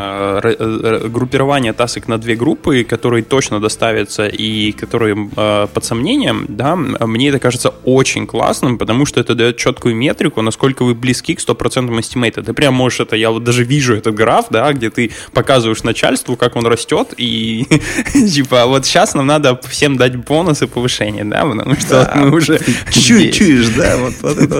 э, группирования тасок на две группы, которые точно доставятся и которые э, под сомнением, да, мне это кажется очень классным, потому что это дает четкую метрику, насколько вы близки к сто процентов эстимейта. Ты прям можешь это, я вот даже вижу этот граф, да, где ты показываешь начальству, как он растет, и типа вот сейчас нам надо всем дать бонусы повышения, да, потому что мы уже чуешь, да, вот это.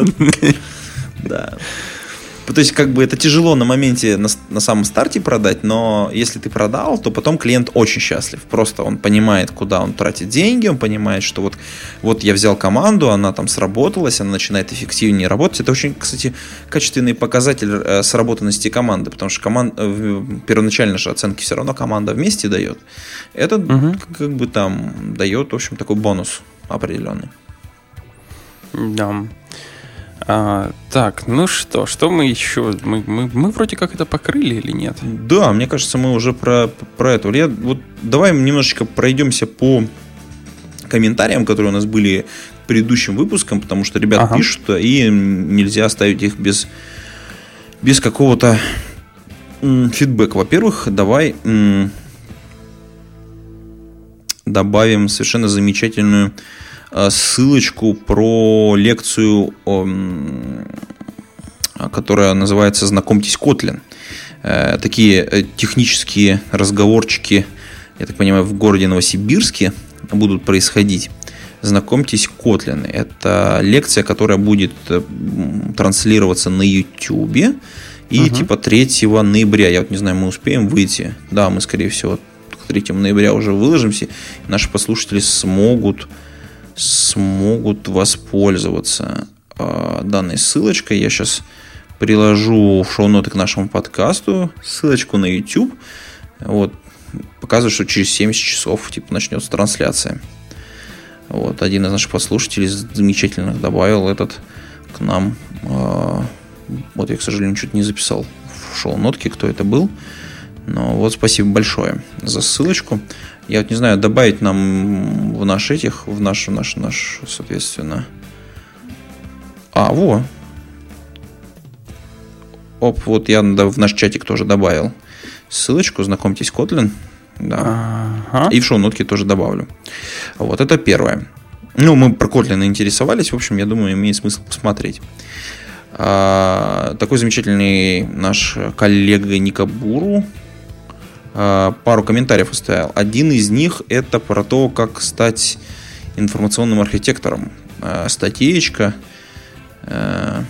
Да. То есть, как бы это тяжело на моменте, на, на самом старте продать, но если ты продал, то потом клиент очень счастлив. Просто он понимает, куда он тратит деньги, он понимает, что вот, вот я взял команду, она там сработалась, она начинает эффективнее работать. Это очень, кстати, качественный показатель сработанности команды, потому что команда, первоначально же оценки все равно команда вместе дает. Это угу. как бы там дает, в общем, такой бонус определенный. Да. А, так, ну что, что мы еще? Мы, мы, мы вроде как это покрыли или нет? Да, мне кажется, мы уже про, про это. Я, вот, давай немножечко пройдемся по комментариям, которые у нас были к предыдущим выпускам, потому что ребята ага. пишут, и нельзя оставить их без, без какого-то м, фидбэка. Во-первых, давай м, добавим совершенно замечательную ссылочку про лекцию, которая называется «Знакомьтесь, Kotlin». Такие технические разговорчики, я так понимаю, в городе Новосибирске будут происходить. «Знакомьтесь, Kotlin». Это лекция, которая будет транслироваться на YouTube. И uh-huh. типа третьего ноября, я вот не знаю, мы успеем выйти. Да, мы, скорее всего, к третьему ноября уже выложимся. Наши послушатели смогут смогут воспользоваться э, данной ссылочкой. Я сейчас приложу в шоу-ноты к нашему подкасту ссылочку на YouTube. Вот, показывает, что через семьдесят часов типа, начнется трансляция. Вот, один из наших послушателей замечательных добавил этот к нам. Э, вот я, к сожалению, чуть не записал в шоу-нотке, кто это был. Но вот спасибо большое за ссылочку. Я вот не знаю, добавить нам в наш этих, в наш, наш, наш, соответственно. А, во. Оп, вот я в наш чатик тоже добавил ссылочку, знакомьтесь, Kotlin. Да. Ага. И в шоу-нотки тоже добавлю. Вот, это первое. Ну, мы про Kotlin интересовались, в общем, я думаю, имеет смысл посмотреть. Такой замечательный наш коллега Никабуру пару комментариев оставил. Один из них это про то, как стать информационным архитектором. Статьечка. В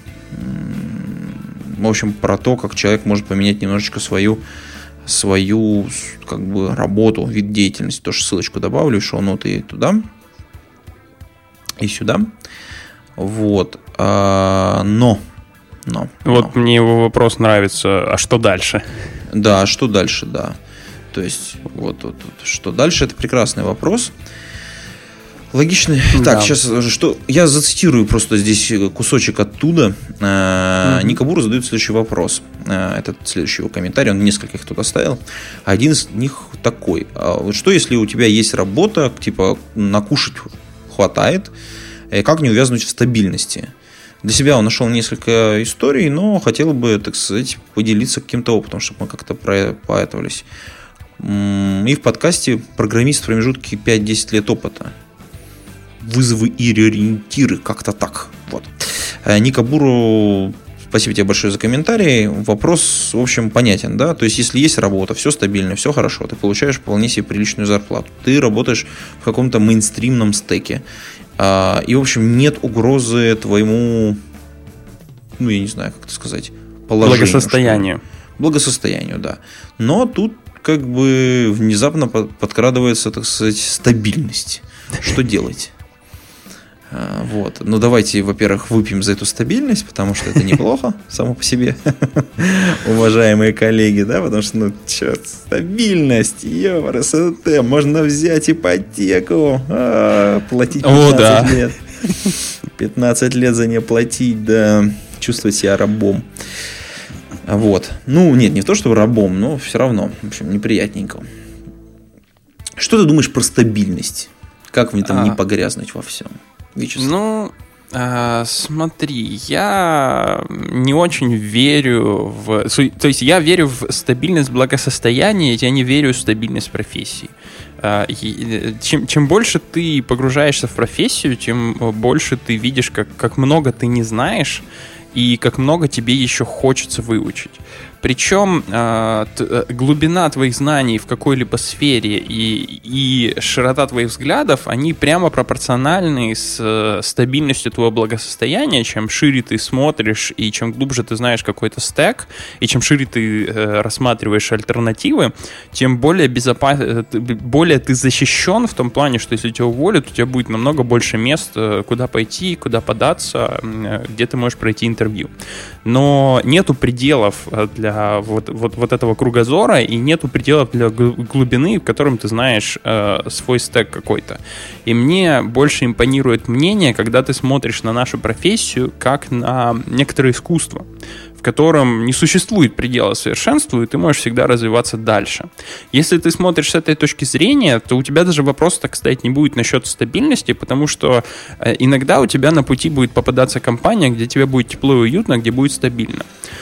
общем, про то, как человек может поменять немножечко свою, свою как бы, работу, вид деятельности. Тоже ссылочку добавлю, шоу-ноты и туда, и сюда. Вот. Но, но. Вот но. Мне его вопрос нравится. А что дальше? Да, а что дальше, да. То есть, вот, вот, вот что дальше, это прекрасный вопрос. Логичный. Да. Так, сейчас что. Я зацитирую просто здесь кусочек оттуда. Mm-hmm. Никабуру задает следующий вопрос. Это следующий его комментарий. Он несколько их тут оставил. Один из них такой. Вот что, если у тебя есть работа, типа накушать хватает, как не увязнуть в стабильности? Для себя он нашел несколько историй, но хотел бы, так сказать, поделиться каким-то опытом, чтобы мы как-то поэтовались. И в подкасте «Программист в промежутке пять-десять лет опыта. Вызовы и ориентиры». Как-то так. Вот. Никабуру, спасибо тебе большое за комментарий. Вопрос, в общем, понятен, да? То есть, если есть работа, все стабильно, все хорошо, ты получаешь вполне себе приличную зарплату, ты работаешь в каком-то мейнстримном стеке, и, в общем, нет угрозы твоему, ну, я не знаю, как это сказать, положению. Благосостоянию. Благосостоянию, да. Но тут как бы внезапно подкрадывается, так сказать, стабильность. Что делать? Вот. Ну, давайте, во-первых, выпьем за эту стабильность, потому что это неплохо само по себе, уважаемые коллеги, да, потому что, ну, черт, стабильность, ё-красота, можно взять ипотеку, а, платить пятнадцать О, да. лет, пятнадцать лет за нее платить, да, чувствовать себя рабом. Вот. Ну, нет, не то, что рабом, но все равно, в общем, неприятненько. Что ты думаешь про стабильность? Как мне там а... не погрязнуть во всем? Вячеслав. Ну, э, смотри, я не очень верю в... То есть я верю в стабильность благосостояния, я не верю в стабильность профессии. Э, чем, чем больше ты погружаешься в профессию, тем больше ты видишь, как, как много ты не знаешь и как много тебе еще хочется выучить. Причем э, т, глубина твоих знаний в какой-либо сфере и, и широта твоих взглядов, они прямо пропорциональны с э, стабильностью твоего благосостояния. Чем шире ты смотришь и чем глубже ты знаешь какой-то стэк, и чем шире ты э, рассматриваешь альтернативы, тем более, безопас... более ты защищен в том плане, что если тебя уволят, у тебя будет намного больше мест, куда пойти, куда податься, где ты можешь пройти интервью. Но нету пределов для Вот, вот, вот этого кругозора, и нету пределов для глубины, в котором ты знаешь э, свой стэк какой-то. И мне больше импонирует мнение, когда ты смотришь на нашу профессию как на некоторое искусство, в котором не существует предела совершенству, и ты можешь всегда развиваться дальше. Если ты смотришь с этой точки зрения, то у тебя даже вопрос, так сказать, не будет насчет стабильности, потому что э, иногда у тебя на пути будет попадаться компания, где тебе будет тепло и уютно, где будет стабильно.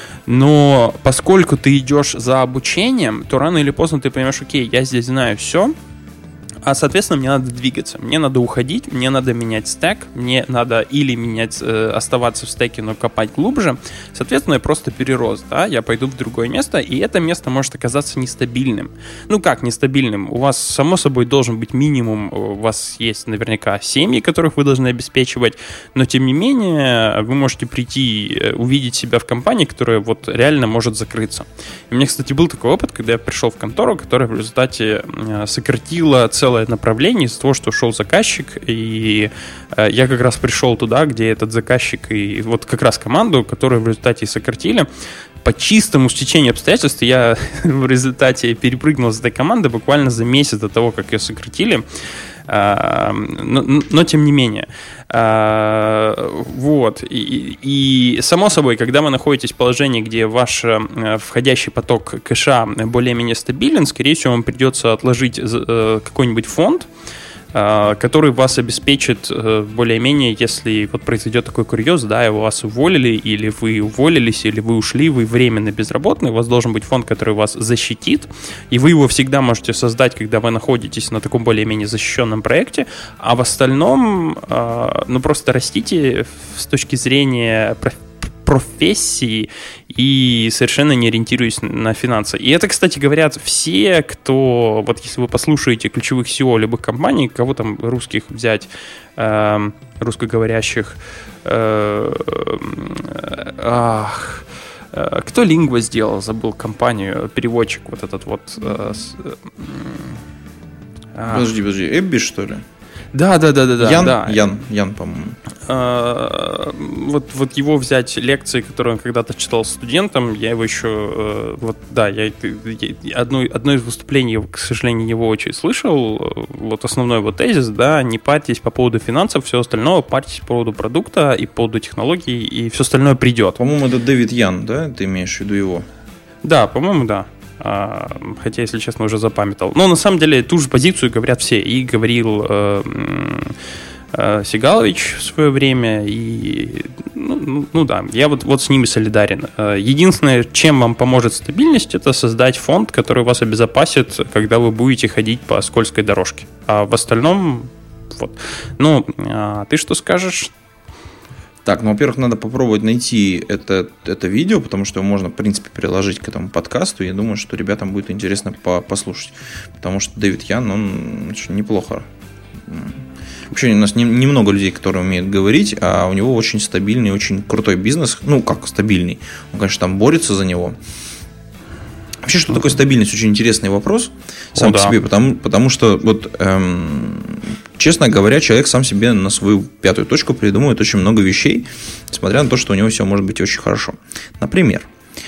Но поскольку ты идешь за обучением, то рано или поздно ты поймешь, окей, я здесь знаю все, а, соответственно, мне надо двигаться, мне надо уходить, мне надо менять стэк, мне надо или менять, э, оставаться в стэке, но копать глубже. Соответственно, я просто перерос, да, я пойду в другое место, и это место может оказаться нестабильным. Ну как нестабильным? У вас, само собой, должен быть минимум, у вас есть наверняка семьи, которых вы должны обеспечивать, но, тем не менее, вы можете прийти, увидеть себя в компании, которая вот реально может закрыться. И у меня, кстати, был такой опыт, когда я пришел в контору, которая в результате сократила целое направление из-за того, что ушел заказчик, и э, я как раз пришел туда, где этот заказчик, и вот как раз команду, которую в результате сократили. По чистому стечению обстоятельств я в результате перепрыгнул с этой команды буквально за месяц до того, как ее сократили. Uh, но, но тем не менее uh, вот и, и само собой, когда вы находитесь в положении, где ваш uh, входящий поток кэша более-менее стабилен, скорее всего, вам придется отложить uh, какой-нибудь фонд, который вас обеспечит более-менее, если вот произойдет такой курьез, да, и вас уволили, или вы уволились, или вы ушли, вы временно безработный, у вас должен быть фонд, который вас защитит, и вы его всегда можете создать, когда вы находитесь на таком более-менее защищенном проекте, а в остальном, ну, просто растите с точки зрения профессии и совершенно не ориентируясь на финансы. И это, кстати, говорят все, кто, вот если вы послушаете ключевых си и о любых компаний, кого там русских взять, э, русскоговорящих, э, э, ах, э, кто Lingua сделал, забыл компанию, переводчик вот этот вот. Э, э, подожди, подожди, Эбби, что ли? Да, да, да, да, да. Ян, да. Ян, Ян, по-моему. А, вот, вот его взять лекции, которые он когда-то читал студентам, я его еще, вот, да, я, я одно, одно из выступлений, к сожалению, его очень слышал. Вот основной его тезис, да, не парьтесь по поводу финансов, все остальное, парьтесь по поводу продукта и по поводу технологий, и все остальное придет. По-моему, это Дэвид Ян, да? Ты имеешь в виду его? Да, по-моему, да. Хотя, если честно, уже запамятовал. Но на самом деле ту же позицию говорят все. И говорил э, э, Сигалович в свое время. И, ну, ну да, я вот, вот с ними солидарен. Единственное, чем вам поможет стабильность, это создать фонд, который вас обезопасит, когда вы будете ходить по скользкой дорожке. А в остальном, вот. Ну, а ты что скажешь? Так, ну, во-первых, надо попробовать найти это, это видео, потому что его можно, в принципе, приложить к этому подкасту. Я думаю, что ребятам будет интересно по- послушать. Потому что Дэвид Ян, он очень неплохо. Вообще, у нас не, немного людей, которые умеют говорить, а у него очень стабильный, очень крутой бизнес. Ну, как стабильный? Он, конечно, там борется за него. Вообще, что такое стабильность? Очень интересный вопрос сам О, по да. себе, потому, потому что вот... Эм, честно говоря, человек сам себе на свою пятую точку придумывает очень много вещей, несмотря на то, что у него все может быть очень хорошо. Например,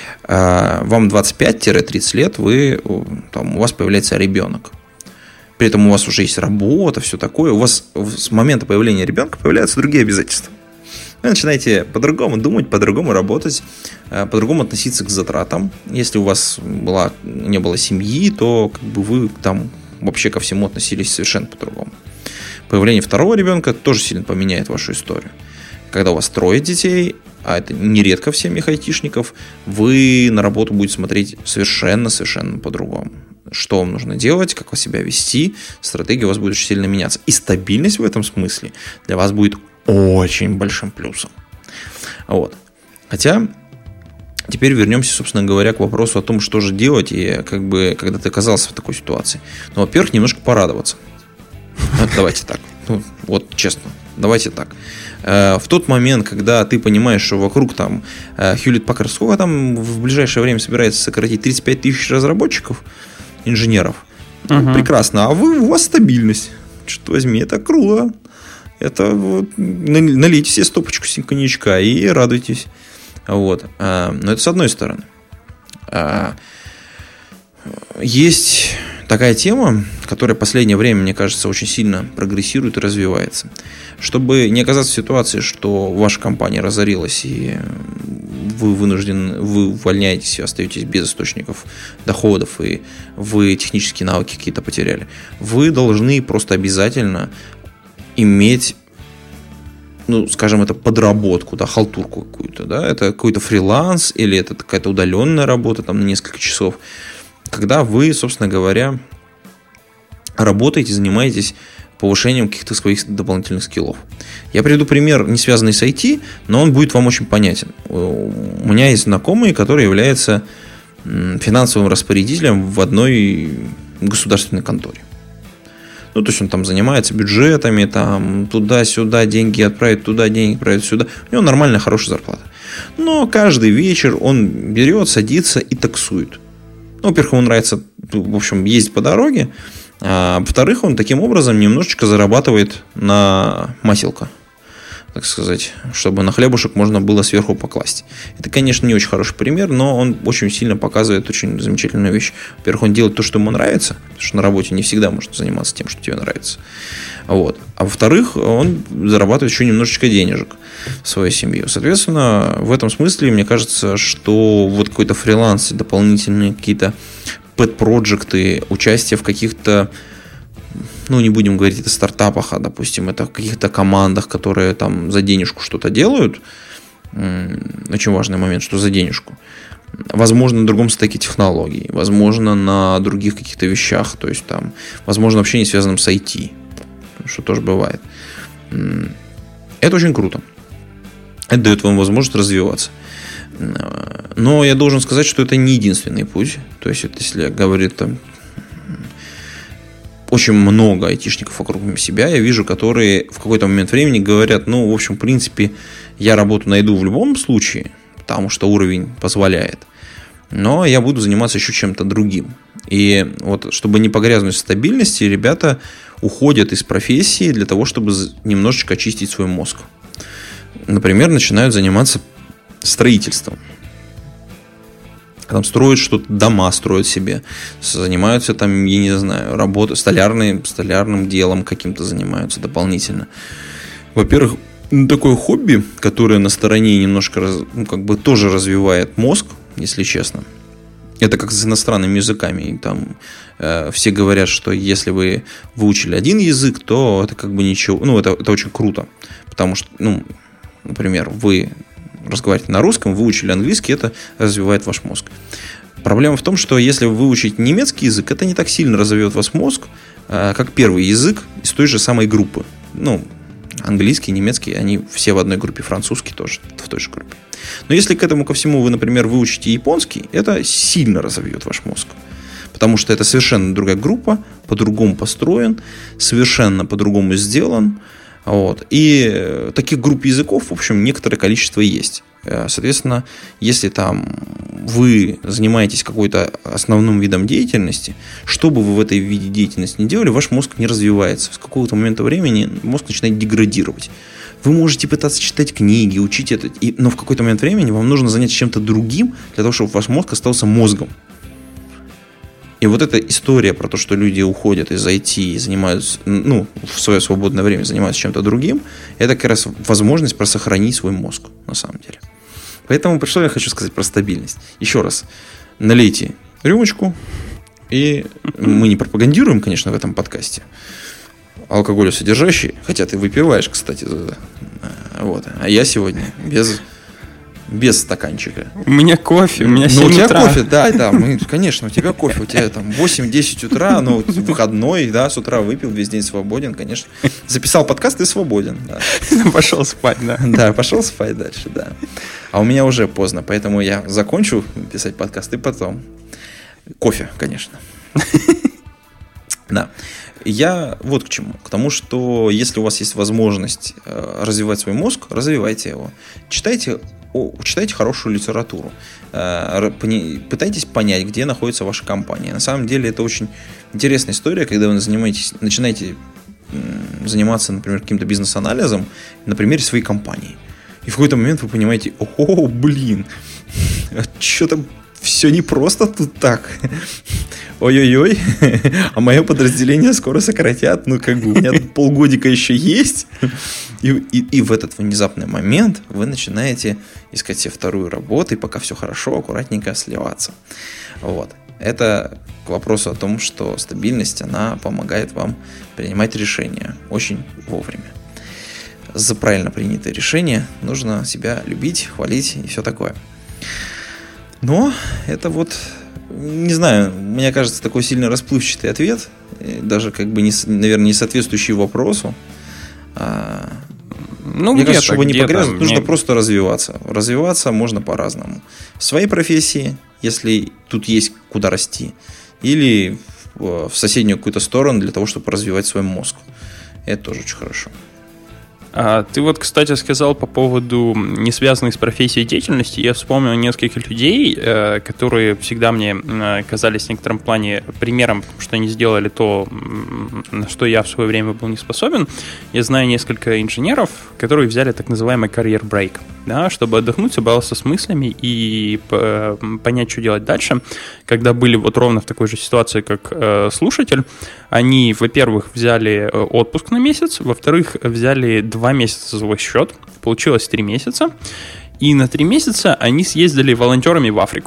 вам двадцать пять - тридцать лет, вы, там, у вас появляется ребенок. При этом у вас уже есть работа, все такое. У вас с момента появления ребенка появляются другие обязательства. Вы начинаете по-другому думать, по-другому работать, по-другому относиться к затратам. Если у вас была, не было семьи, то как бы вы там вообще ко всему относились совершенно по-другому. Появление второго ребенка тоже сильно поменяет вашу историю. Когда у вас трое детей, а это нередко в семьях айтишников, вы на работу будете смотреть совершенно-совершенно по-другому. Что вам нужно делать, как вас себя вести, стратегия у вас будет очень сильно меняться. И стабильность в этом смысле для вас будет очень большим плюсом. Вот. Хотя, теперь вернемся, собственно говоря, к вопросу о том, что же делать, и как бы, когда ты оказался в такой ситуации. Ну, во-первых, немножко порадоваться. Вот, давайте так. Ну, вот честно, давайте так. В тот момент, когда ты понимаешь, что вокруг там Hewlett Packard, сколько там в ближайшее время собирается сократить тридцать пять тысяч разработчиков, инженеров, uh-huh. ну, прекрасно. А вы, у вас стабильность. Что возьми, это круто. Это вот, налейте себе стопочку коньячка и радуйтесь. Вот. Но это с одной стороны. Есть такая тема, которая в последнее время, мне кажется, очень сильно прогрессирует и развивается. Чтобы не оказаться в ситуации, что ваша компания разорилась и вы вынуждены, вы увольняетесь и остаетесь без источников доходов, и вы технические навыки какие-то потеряли, вы должны просто обязательно иметь, ну, скажем, это подработку, да, халтурку какую-то, да, это какой-то фриланс или это какая-то удаленная работа там на несколько часов, когда вы, собственно говоря, работаете, занимаетесь повышением каких-то своих дополнительных скиллов. Я приведу пример, не связанный с ай ти, но он будет вам очень понятен. У меня есть знакомый, который является финансовым распорядителем в одной государственной конторе. Ну, то есть он там занимается бюджетами, там туда-сюда деньги отправить, туда деньги отправить, сюда. У него нормальная, хорошая зарплата. Но каждый вечер он берет, садится и таксует. Ну, во-первых, ему нравится, в общем, ездить по дороге. А во-вторых, он таким образом немножечко зарабатывает на маселка, так сказать, чтобы на хлебушек можно было сверху покласть. Это, конечно, не очень хороший пример, но он очень сильно показывает очень замечательную вещь. Во-первых, он делает то, что ему нравится, потому что на работе не всегда можно заниматься тем, что тебе нравится. Вот. А во-вторых, он зарабатывает еще немножечко денежек в свою семью. Соответственно, в этом смысле, мне кажется, что вот какой-то фриланс, дополнительные какие-то пэт-проджекты, участие в каких-то, ну, не будем говорить о стартапах, а, допустим, это в каких-то командах, которые там за денежку что-то делают. Очень важный момент, что за денежку. Возможно, на другом стеке технологий, возможно, на других каких-то вещах, то есть там, возможно, вообще не связанном с ай ти, что тоже бывает. Это очень круто. Это дает вам возможность развиваться. Но я должен сказать, что это не единственный путь. То есть, вот если говорить там очень много айтишников вокруг себя, я вижу, которые в какой-то момент времени говорят, ну, в общем, в принципе, я работу найду в любом случае, потому что уровень позволяет, но я буду заниматься еще чем-то другим. И вот, чтобы не погрязнуть в стабильности, ребята уходят из профессии для того, чтобы немножечко очистить свой мозг. Например, начинают заниматься строительством. Там строят что-то, дома строят себе, занимаются там, я не знаю, работой, столярным, столярным делом каким-то занимаются дополнительно. Во-первых, такое хобби, которое на стороне немножко, ну, как бы тоже развивает мозг, если честно. Это как с иностранными языками. И там э, все говорят, что если вы выучили один язык, то это как бы ничего, ну, это, это очень круто. Потому что, ну, например, вы разговариваете на русском, выучили английский, это развивает ваш мозг. Проблема в том, что если вы выучите немецкий язык, это не так сильно разовьет ваш мозг, как первый язык из той же самой группы. Ну, английский, немецкий, они все в одной группе, французский тоже в той же группе. Но если к этому ко всему вы, например, выучите японский, это сильно разовьет ваш мозг. Потому что это совершенно другая группа, по-другому построен, совершенно по-другому сделан. Вот. И таких групп языков, в общем, некоторое количество есть. Соответственно, если там вы занимаетесь какой-то основным видом деятельности, что бы вы в этой виде деятельности ни делали, ваш мозг не развивается. С какого-то момента времени мозг начинает деградировать. Вы можете пытаться читать книги, учить это, и, но в какой-то момент времени вам нужно заняться чем-то другим, для того, чтобы ваш мозг остался мозгом. И вот эта история про то, что люди уходят из ай ти и занимаются, ну, в свое свободное время занимаются чем-то другим, это как раз возможность просохранить свой мозг, на самом деле. Поэтому, что я хочу сказать про стабильность. Еще раз, налейте рюмочку, и мы не пропагандируем, конечно, в этом подкасте алкоголесодержащие, хотя ты выпиваешь, кстати, вот, а я сегодня без... Без стаканчика. У меня кофе, у меня семь утра. Ну, у тебя утра. кофе, да, да, мы, конечно, у тебя кофе, у тебя там восемь-десять утра, ну, выходной, да, с утра выпил, весь день свободен, конечно. Записал подкаст, ты свободен, да. Пошел спать, да. Да, пошел спать дальше, да. А у меня уже поздно, поэтому я закончу писать подкаст и потом. Кофе, конечно. Да. Я вот к чему. К тому, что если у вас есть возможность развивать свой мозг, развивайте его. Читайте, читайте хорошую литературу. Пытайтесь понять, где находится ваша компания. На самом деле это очень интересная история, когда вы занимаетесь, начинаете заниматься, например, каким-то бизнес-анализом на примере своей компании. И в какой-то момент вы понимаете, о, блин, что-то все не просто тут так. Ой-ой-ой, а мое подразделение скоро сократят. Ну, как бы у меня полгодика еще есть. И, и, и в этот внезапный момент вы начинаете искать себе вторую работу, и пока все хорошо, аккуратненько сливаться. Вот. Это к вопросу о том, что стабильность, она помогает вам принимать решения очень вовремя. За правильно принятое решение нужно себя любить, хвалить и все такое. Но это вот, не знаю, мне кажется, такой сильно расплывчатый ответ, даже как бы, не, наверное, не соответствующий вопросу. А, ну, мне кажется, чтобы не погрязнуть, нужно мне... просто развиваться. Развиваться можно по-разному. В своей профессии, если тут есть куда расти, или в, в соседнюю какую-то сторону для того, чтобы развивать свой мозг. Это тоже очень хорошо. А, ты вот, кстати, сказал по поводу не связанной с профессией деятельности. Я вспомнил нескольких людей, э, которые всегда мне э, казались в некотором плане примером, потому что они сделали то, на что я в свое время был не способен. Я знаю несколько инженеров, которые взяли так называемый career break, да, чтобы отдохнуть, собраться с мыслями и э, понять, что делать дальше. Когда были вот ровно в такой же ситуации, как э, слушатель, они, во-первых, взяли отпуск на месяц, во-вторых, взяли два месяца за свой счет, получилось три месяца, и на три месяца они съездили волонтерами в Африку.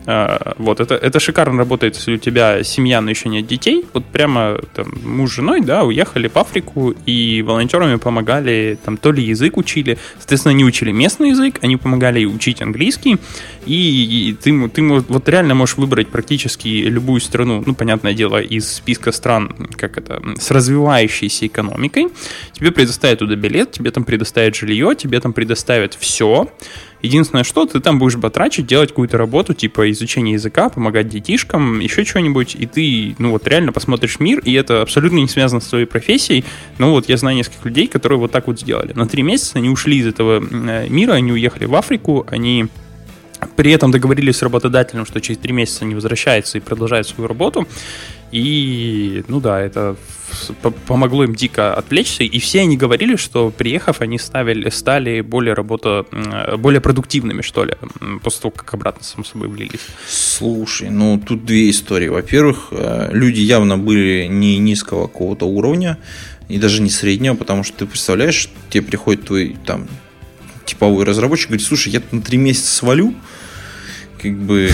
Вот, это, это шикарно работает, если у тебя семья, но еще нет детей. Вот прямо там, муж с женой, да, уехали в Африку и волонтерами помогали, там, то ли язык учили. Соответственно, они учили местный язык, они помогали учить английский. И, и ты, ты вот реально можешь выбрать практически любую страну, ну, понятное дело, из списка стран, как это, с развивающейся экономикой. Тебе предоставят туда билет, тебе там предоставят жилье, тебе там предоставят все. Единственное, что ты там будешь батрачить, делать какую-то работу, типа изучения языка, помогать детишкам, еще чего-нибудь, и ты, ну вот, реально посмотришь мир, и это абсолютно не связано с твоей профессией. Но вот я знаю нескольких людей, которые вот так вот сделали. На три месяца они ушли из этого мира, они уехали в Африку, они при этом договорились с работодателем, что через три месяца они возвращаются и продолжают свою работу. И, ну да, это помогло им дико отвлечься. И все они говорили, что, приехав, они ставили, стали более, работа, более продуктивными, что ли, после того, как обратно, само собой, влились. Слушай, ну тут две истории. Во-первых, люди явно были не низкого какого-то уровня, и даже не среднего, потому что ты представляешь, тебе приходит твой там типовой разработчик, говорит: слушай, я на три месяца свалю, как бы...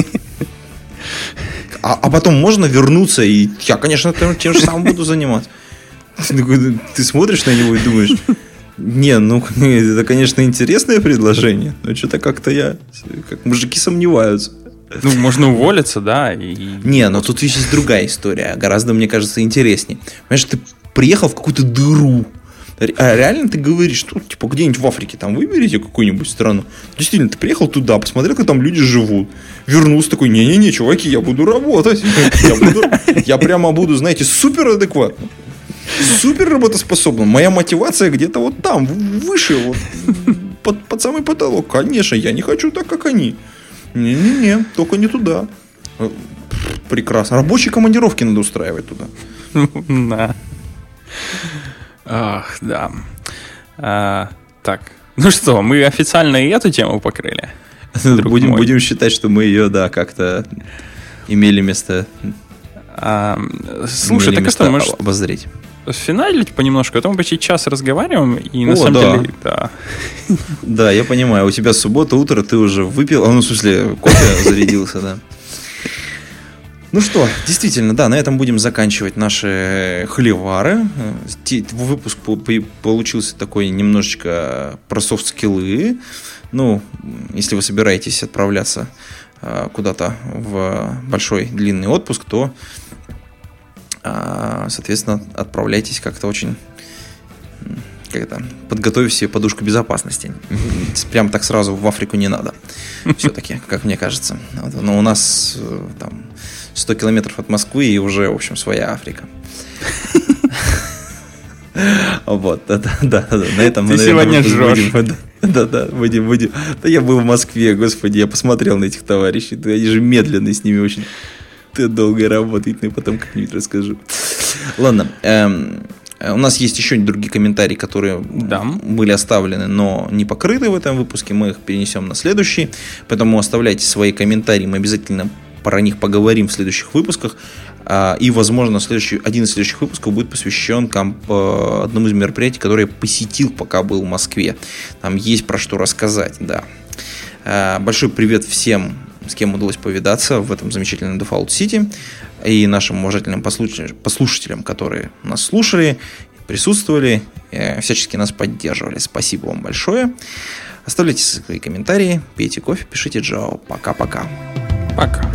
А, а потом можно вернуться, и я, конечно, тем же самым буду заниматься. Ты, ты смотришь на него и думаешь: не, ну, это, конечно, интересное предложение, но что-то как-то я... Как мужики сомневаются. Ну, можно уволиться, да. И... Не, но тут есть другая история, гораздо, мне кажется, интереснее. Понимаешь, ты приехал в какую-то дыру. А реально ты говоришь, что типа где-нибудь в Африке там выберите какую-нибудь страну. Действительно, ты приехал туда, посмотрел, как там люди живут. Вернулся такой: не-не-не, чуваки, я буду работать. Я, буду, я прямо буду, знаете, супер адекватным, супер работоспособным. Моя мотивация где-то вот там, выше, вот, под, под самый потолок. Конечно, я не хочу так, как они. Не-не-не, только не туда. Прекрасно. Рабочие командировки надо устраивать туда. Да. Ах, да. А, так, ну что, мы официально и эту тему покрыли. Будем, будем считать, что мы ее, да, как-то имели место. А, слушай, имели так место это может обозреть. Финалить понемножку, а то мы почти час разговариваем, и на О, самом да. деле, да. Да, я понимаю, у тебя суббота, утро, ты уже выпил, ну, в смысле, кофе зарядился, да. Ну что, действительно, да, на этом будем заканчивать наши холивары. Выпуск получился такой немножечко про софт-скиллы. Ну, если вы собираетесь отправляться куда-то в большой длинный отпуск, то, соответственно, отправляйтесь как-то очень... Как это, подготовив себе подушку безопасности. Прям так сразу в Африку не надо. Все-таки, как мне кажется. Но у нас там сто километров от Москвы и уже, в общем, своя Африка. Вот, да, да, да, на этом мы, наверное, сегодня жжешь. Да, да, будем, будем. Да, я был в Москве, господи, я посмотрел на этих товарищей. Да, они же медленные, с ними очень долго работают, но я потом как-нибудь расскажу. Ладно, эм, у нас есть еще другие комментарии, которые да. были оставлены, но не покрыты в этом выпуске. Мы их перенесем на следующий. Поэтому оставляйте свои комментарии. Мы обязательно про них поговорим в следующих выпусках. И, возможно, следующий, один из следующих выпусков будет посвящен комп, одному из мероприятий, которое я посетил, пока был в Москве. Там есть про что рассказать, да. Большой привет всем, с кем удалось повидаться в этом замечательном Default City. И нашим уважительным послушателям, которые нас слушали, присутствовали, всячески нас поддерживали. Спасибо вам большое. Оставляйте свои комментарии, пейте кофе, пишите Джао. Пока-пока. Пока.